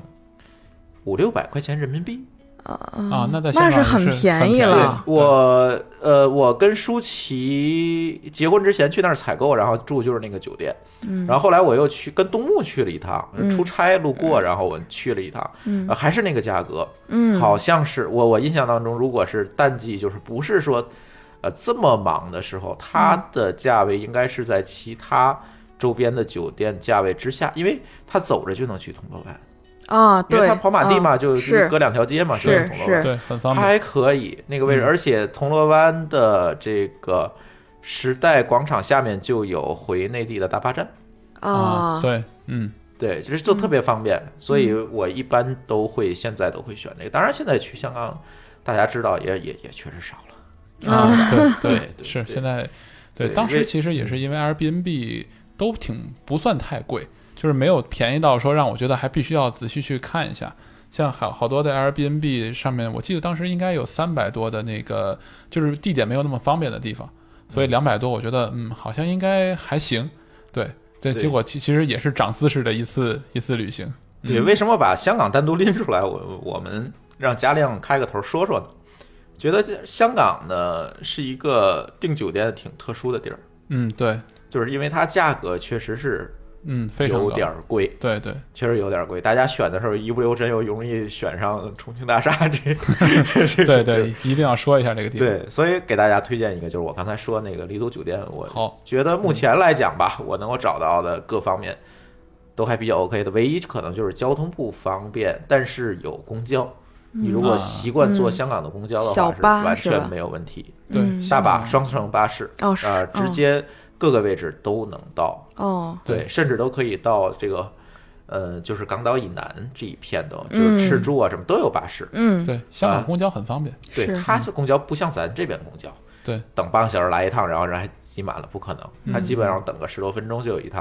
500-600块钱人民币。 那是很便宜了。 我跟舒淇结婚之前去那儿采购，然后住就是那个酒店。然后后来我又去跟东木去了一趟，出差路过，然后我去了一趟，还是那个价格。好像是我印象当中，如果是淡季，就是不是说这么忙的时候，它的价位应该是在其他周边的酒店价位之下，因为它走着就能去铜锣湾。 对， 因为它跑马地嘛，就是隔2条街嘛， 是铜锣湾， 对，很方便， 还可以那个位置。而且铜锣湾的这个时代广场下面就有回内地的大巴站对， 对，就特别方便。所以我一般现在都会选这个。当然，现在去香港，大家知道也确实少了对，是现在对。当时其实也是因为 Airbnb 都不算太贵。就是没有便宜到说让我觉得还必须要仔细去看一下，像好多的 Airbnb 上面，我记得当时应该有300多的那个，就是地点没有那么方便的地方，所以200多我觉得好像应该还行，对，结果其实也是长姿势的一次旅行。 对，为什么把香港单独拎出来？我们让嘉亮开个头说呢？觉得香港呢是一个订酒店挺特殊的地儿。 对， 就是因为它价格确实是。 非常有点贵， 对， 确实有点贵。大家选的时候一不留神又容易选上重庆大厦对，一定要说一下这个地方。 对，所以给大家推荐一个，就是我刚才说那个丽都酒店。我觉得目前来讲吧，我能够找到的各方面都还比较 OK 的，唯一可能就是交通不方便，但是有公交。你如果习惯坐香港的公交的话，是完全没有问题。 对， 大巴、双层巴士直接。各个位置都能到对，甚至都可以到这个就是港岛以南这一片的，就是赤柱什么都有巴士。 对，香港公交很方便。 对，它是公交不像咱这边公交， 对， 等半个小时来一趟，然后人还挤满了，不可能。它基本上等个10多分钟就有一趟。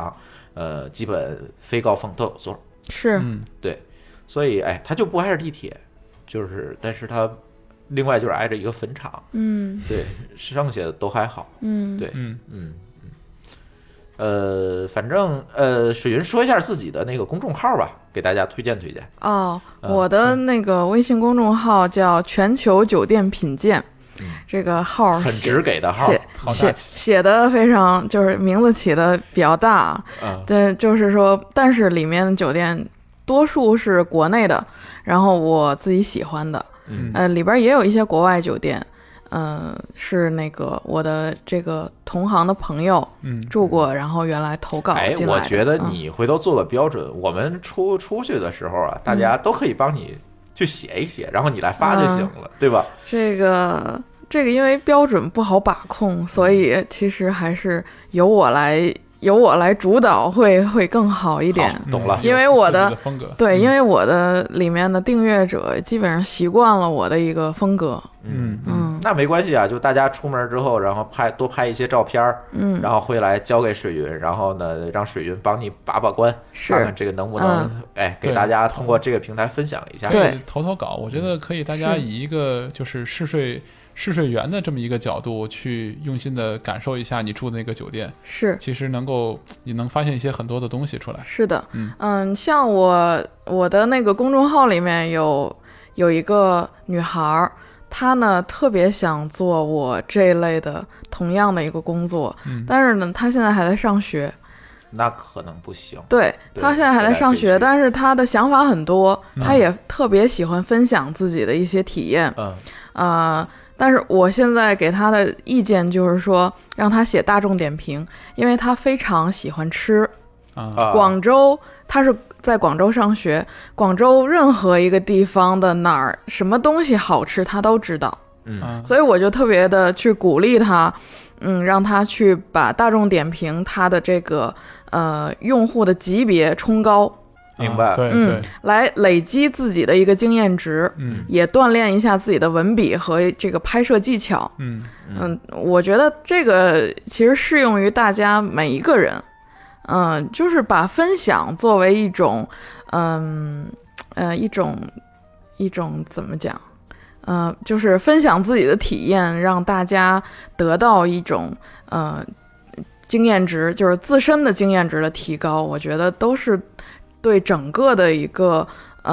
基本非高峰都有座。 是， 对，所以它就不挨着地铁，但是它另外就是挨着一个坟场。对，剩下的都还好。对，反正水云说一下自己的那个公众号吧，给大家推荐推荐。 我的那个微信公众号叫全球酒店品鉴，这个号很直给的号， 写的非常，就是名字起的比较大。对，就是说，但是里面的酒店多数是国内的，然后我自己喜欢的，里边也有一些国外酒店。是那个我的这个同行的朋友住过，然后原来投稿进来的。 我觉得你回头做个标准，我们出去的时候啊，大家都可以帮你去写一写，然后你来发就行了，对吧？ 这个因为标准不好把控，所以其实还是由我来主导会更好一点。 懂了， 因为我的风格， 对，因为我的里面的订阅者基本上习惯了我的一个风格。 那没关系啊，就大家出门之后，然后多拍一些照片，然后回来交给水云，然后呢让水云帮你把关，看看这个能不能给大家通过这个平台分享一下。 对， 投稿，我觉得可以，大家以一个就是试睡员的这么一个角度去用心的感受一下你住的那个酒店，其实你能发现一些很多的东西出来。是的， 像我的那个公众号里面有一个女孩，她呢特别想做我这一类的同样的一个工作，但是呢她现在还在上学。 那可能不行。 对，她现在还在上学，但是她的想法很多，她也特别喜欢分享自己的一些体验。但是我现在给他的意见就是说，让他写大众点评，因为他非常喜欢吃。广州，他是在广州上学，广州任何一个地方的哪儿什么东西好吃，他都知道。所以我就特别的去鼓励他，让他去把大众点评他的这个用户的级别冲高。 明白， 对， 来累积自己的一个经验值，也锻炼一下自己的文笔和这个拍摄技巧。我觉得这个其实适用于大家每一个人。就是把分享作为一种，一种怎么讲？就是分享自己的体验，让大家得到一种经验值，就是自身的经验值的提高。我觉得都是对整个的一个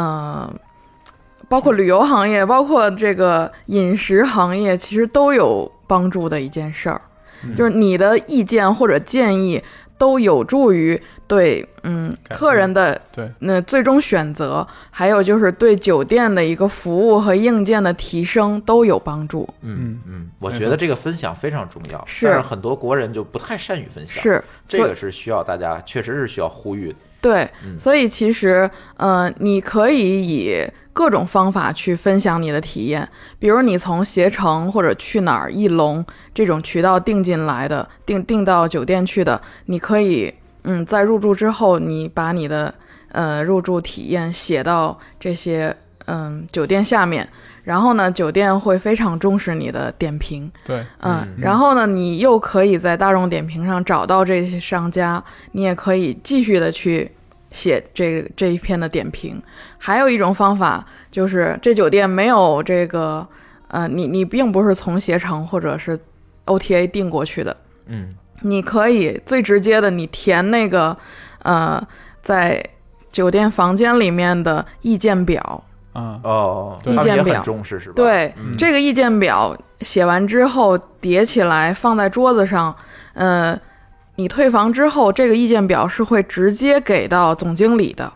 包括旅游行业，包括这个饮食行业，其实都有帮助的一件事儿。就是你的意见或者建议都有助于对客人的最终选择，还有就是对酒店的一个服务和硬件的提升都有帮助。 我觉得这个分享非常重要，但是很多国人就不太善于分享，这个是需要大家确实是需要呼吁的。 对，所以其实你可以以各种方法去分享你的体验，比如你从携程或者去哪儿、艺龙这种渠道订进来的，订到酒店去的，你可以在入住之后，你把你的入住体验写到这些酒店下面，然后呢，酒店会非常重视你的点评。 对， 然后呢，你又可以在大众点评上找到这些商家，你也可以继续的去写这一篇的点评。还有一种方法就是这酒店没有这个你并不是从携程或者是 OTA 订过去的，你可以最直接的你填那个在酒店房间里面的意见表。 意见表很重视是吧？ 对，这个意见表写完之后叠起来放在桌子上，你退房之后，这个意见表是会直接给到总经理的。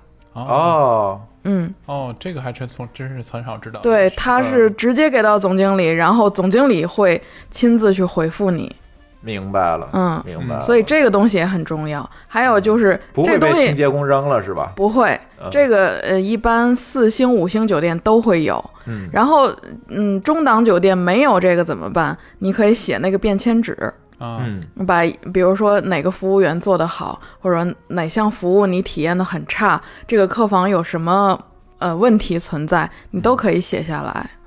这个还真是很少知道。 对，他是直接给到总经理，然后总经理会亲自去回复你。 明白了，明白了。 所以这个东西也很重要。还有就是不会被清洁工扔了是吧？ 不会，这个一般4星5星酒店都会有。然后中档酒店没有这个怎么办？你可以写那个便签纸。比如说哪个服务员做得好，或者哪项服务你体验得很差，这个客房有什么问题存在，你都可以写下来。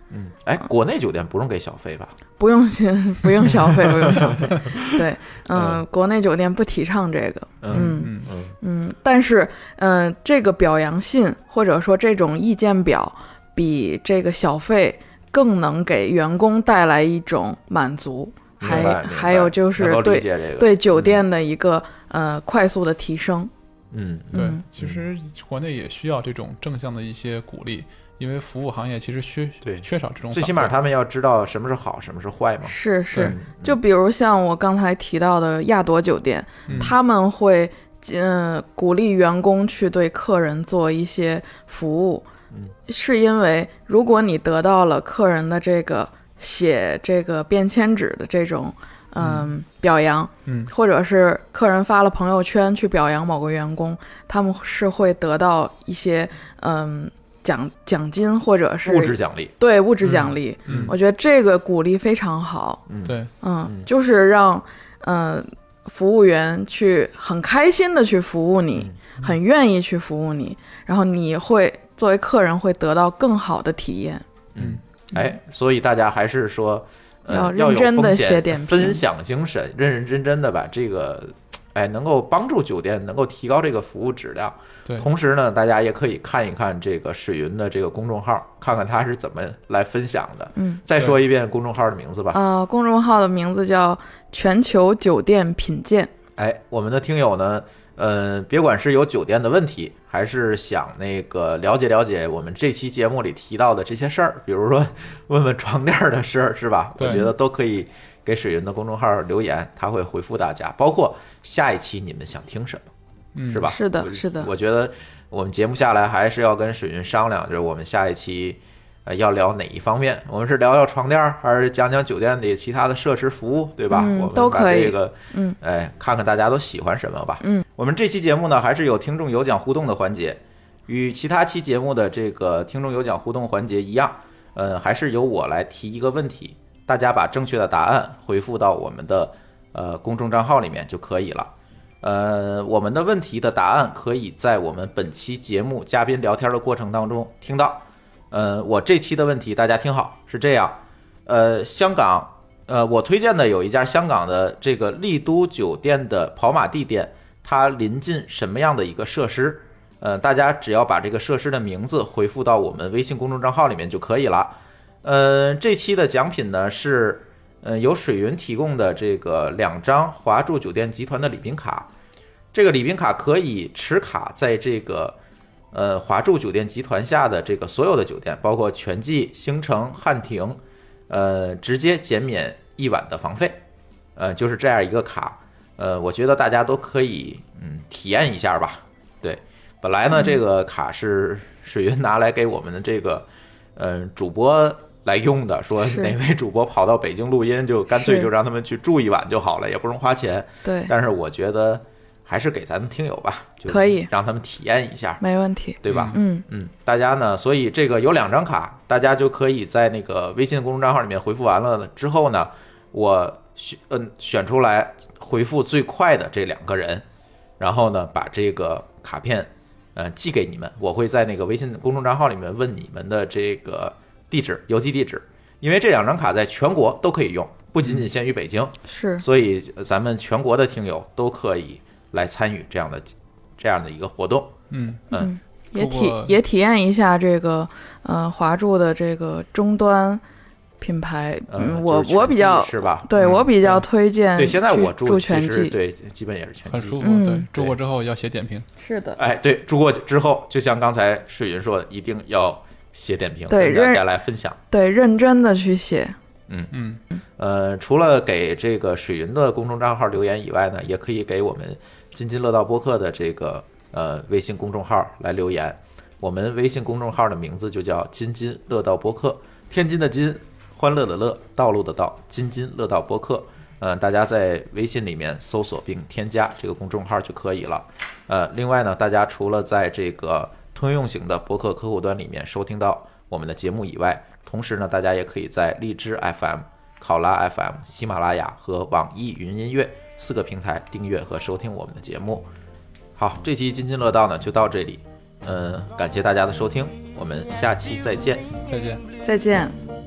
哎，国内酒店不用给小费吧？ 不用小费，不用小费。对，国内酒店不提倡这个。但是这个表扬信或者说这种意见表，比这个小费更能给员工带来一种满足，还有就是对酒店的一个快速的提升。 对，其实国内也需要这种正向的一些鼓励。因为服务行业其实缺少这种， 最起码他们要知道什么是好，什么是坏嘛。 是，就比如像我刚才提到的亚朵酒店，他们会鼓励员工去对客人做一些服务，是因为如果你得到了客人的这个写这个便签纸的这种表扬，或者是客人发了朋友圈去表扬某个员工，他们是会得到一些奖金或者是物质奖励， 对，物质奖励，我觉得这个鼓励非常好， 对， 就是让服务员去很开心的去服务你，很愿意去服务你，然后你会作为客人会得到更好的体验。 所以大家还是说要认真的写点评， 分享精神，认认真真的把这个能够帮助酒店能够提高这个服务质量。 对， 同时呢，大家也可以看一看这个水云的这个公众号，看看他是怎么来分享的。再说一遍公众号的名字吧。 公众号的名字叫全球酒店品鉴。 我们的听友呢，别管是有酒店的问题，还是想那个了解了解我们这期节目里提到的这些事儿，比如说问问床垫的事儿，是吧？我觉得都可以给水云的公众号留言，他会回复大家，包括下一期你们想听什么。是吧？ 是的，是的。 我觉得我们节目下来还是要跟水云商量，就是我们下一期要聊哪一方面？我们是聊聊床垫，还是讲讲酒店里其他的设施服务，对吧？我们都可以。 这个看看大家都喜欢什么吧。我们这期节目呢，还是有听众有奖互动的环节，与其他期节目的这个听众有奖互动环节一样，还是由我来提一个问题，大家把正确的答案回复到我们的公众账号里面就可以了。我们的问题的答案可以在我们本期节目嘉宾聊天的过程当中听到。我这期的问题大家听好，是这样。香港，我推荐的有一家香港的这个丽都酒店的跑马地店，它临近什么样的一个设施？大家只要把这个设施的名字回复到我们微信公众账号里面就可以了。这期的奖品呢是由水云提供的这个2张华住酒店集团的礼宾卡。这个礼宾卡可以持卡在这个华住酒店集团下的这个所有的酒店，包括全季、星城、汉庭，直接减免1晚的房费。就是这样一个卡。我觉得大家都可以体验一下吧。对，本来呢这个卡是水云拿来给我们的这个主播来用的，说哪位主播跑到北京录音，就干脆就让他们去住1晚就好了，也不用花钱。 对， 但是我觉得还是给咱们听友吧，就可以让他们体验一下， 没问题， 对吧？大家呢，所以这个有2张卡，大家就可以在那个微信公众账号里面回复完了之后呢，我选出来回复最快的这2个人，然后呢把这个卡片寄给你们，我会在那个微信公众账号里面问你们的这个地址，邮寄地址，因为这2张卡在全国都可以用，不仅仅限于北京， 是， 所以咱们全国的听友都可以来参与这样的一个活动。 也体验一下这个华住的这个终端品牌。我比较是吧？ 对，我比较推荐。 对，现在我住全季， 对，基本也是全季， 很舒服。对，住过之后要写点评。 是的。 对，住过之后，就像刚才水云说的，一定要写点评，跟大家来分享。 对，认真的去写。 除了给这个水云的公众账号留言以外呢，也可以给我们津津乐道播客的这个微信公众号来留言。我们微信公众号的名字就叫津津乐道播客，天津的津，欢乐的乐，道路的道，津津乐道播客。大家在微信里面搜索并添加这个公众号就可以了。另外呢，大家除了在这个通用型的播客客户端里面收听到我们的节目以外，同时呢，大家也可以在荔枝 FM、考拉 FM、喜马拉雅和网易云音乐4个平台订阅和收听我们的节目。好，这期津津乐道呢就到这里。感谢大家的收听，我们下期再见。 再见。 再见。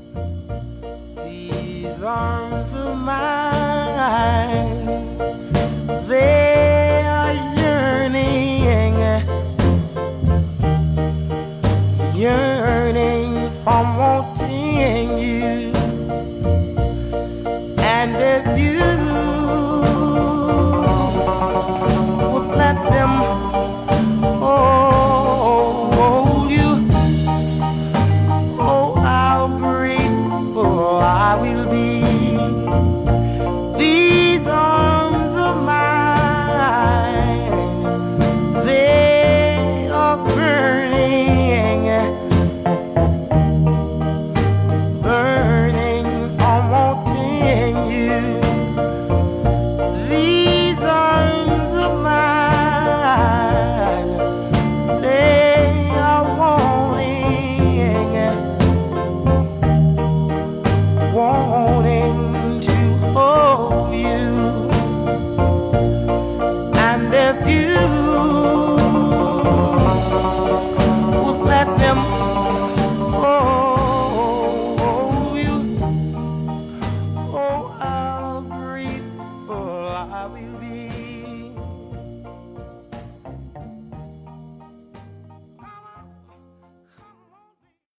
these arms of mine.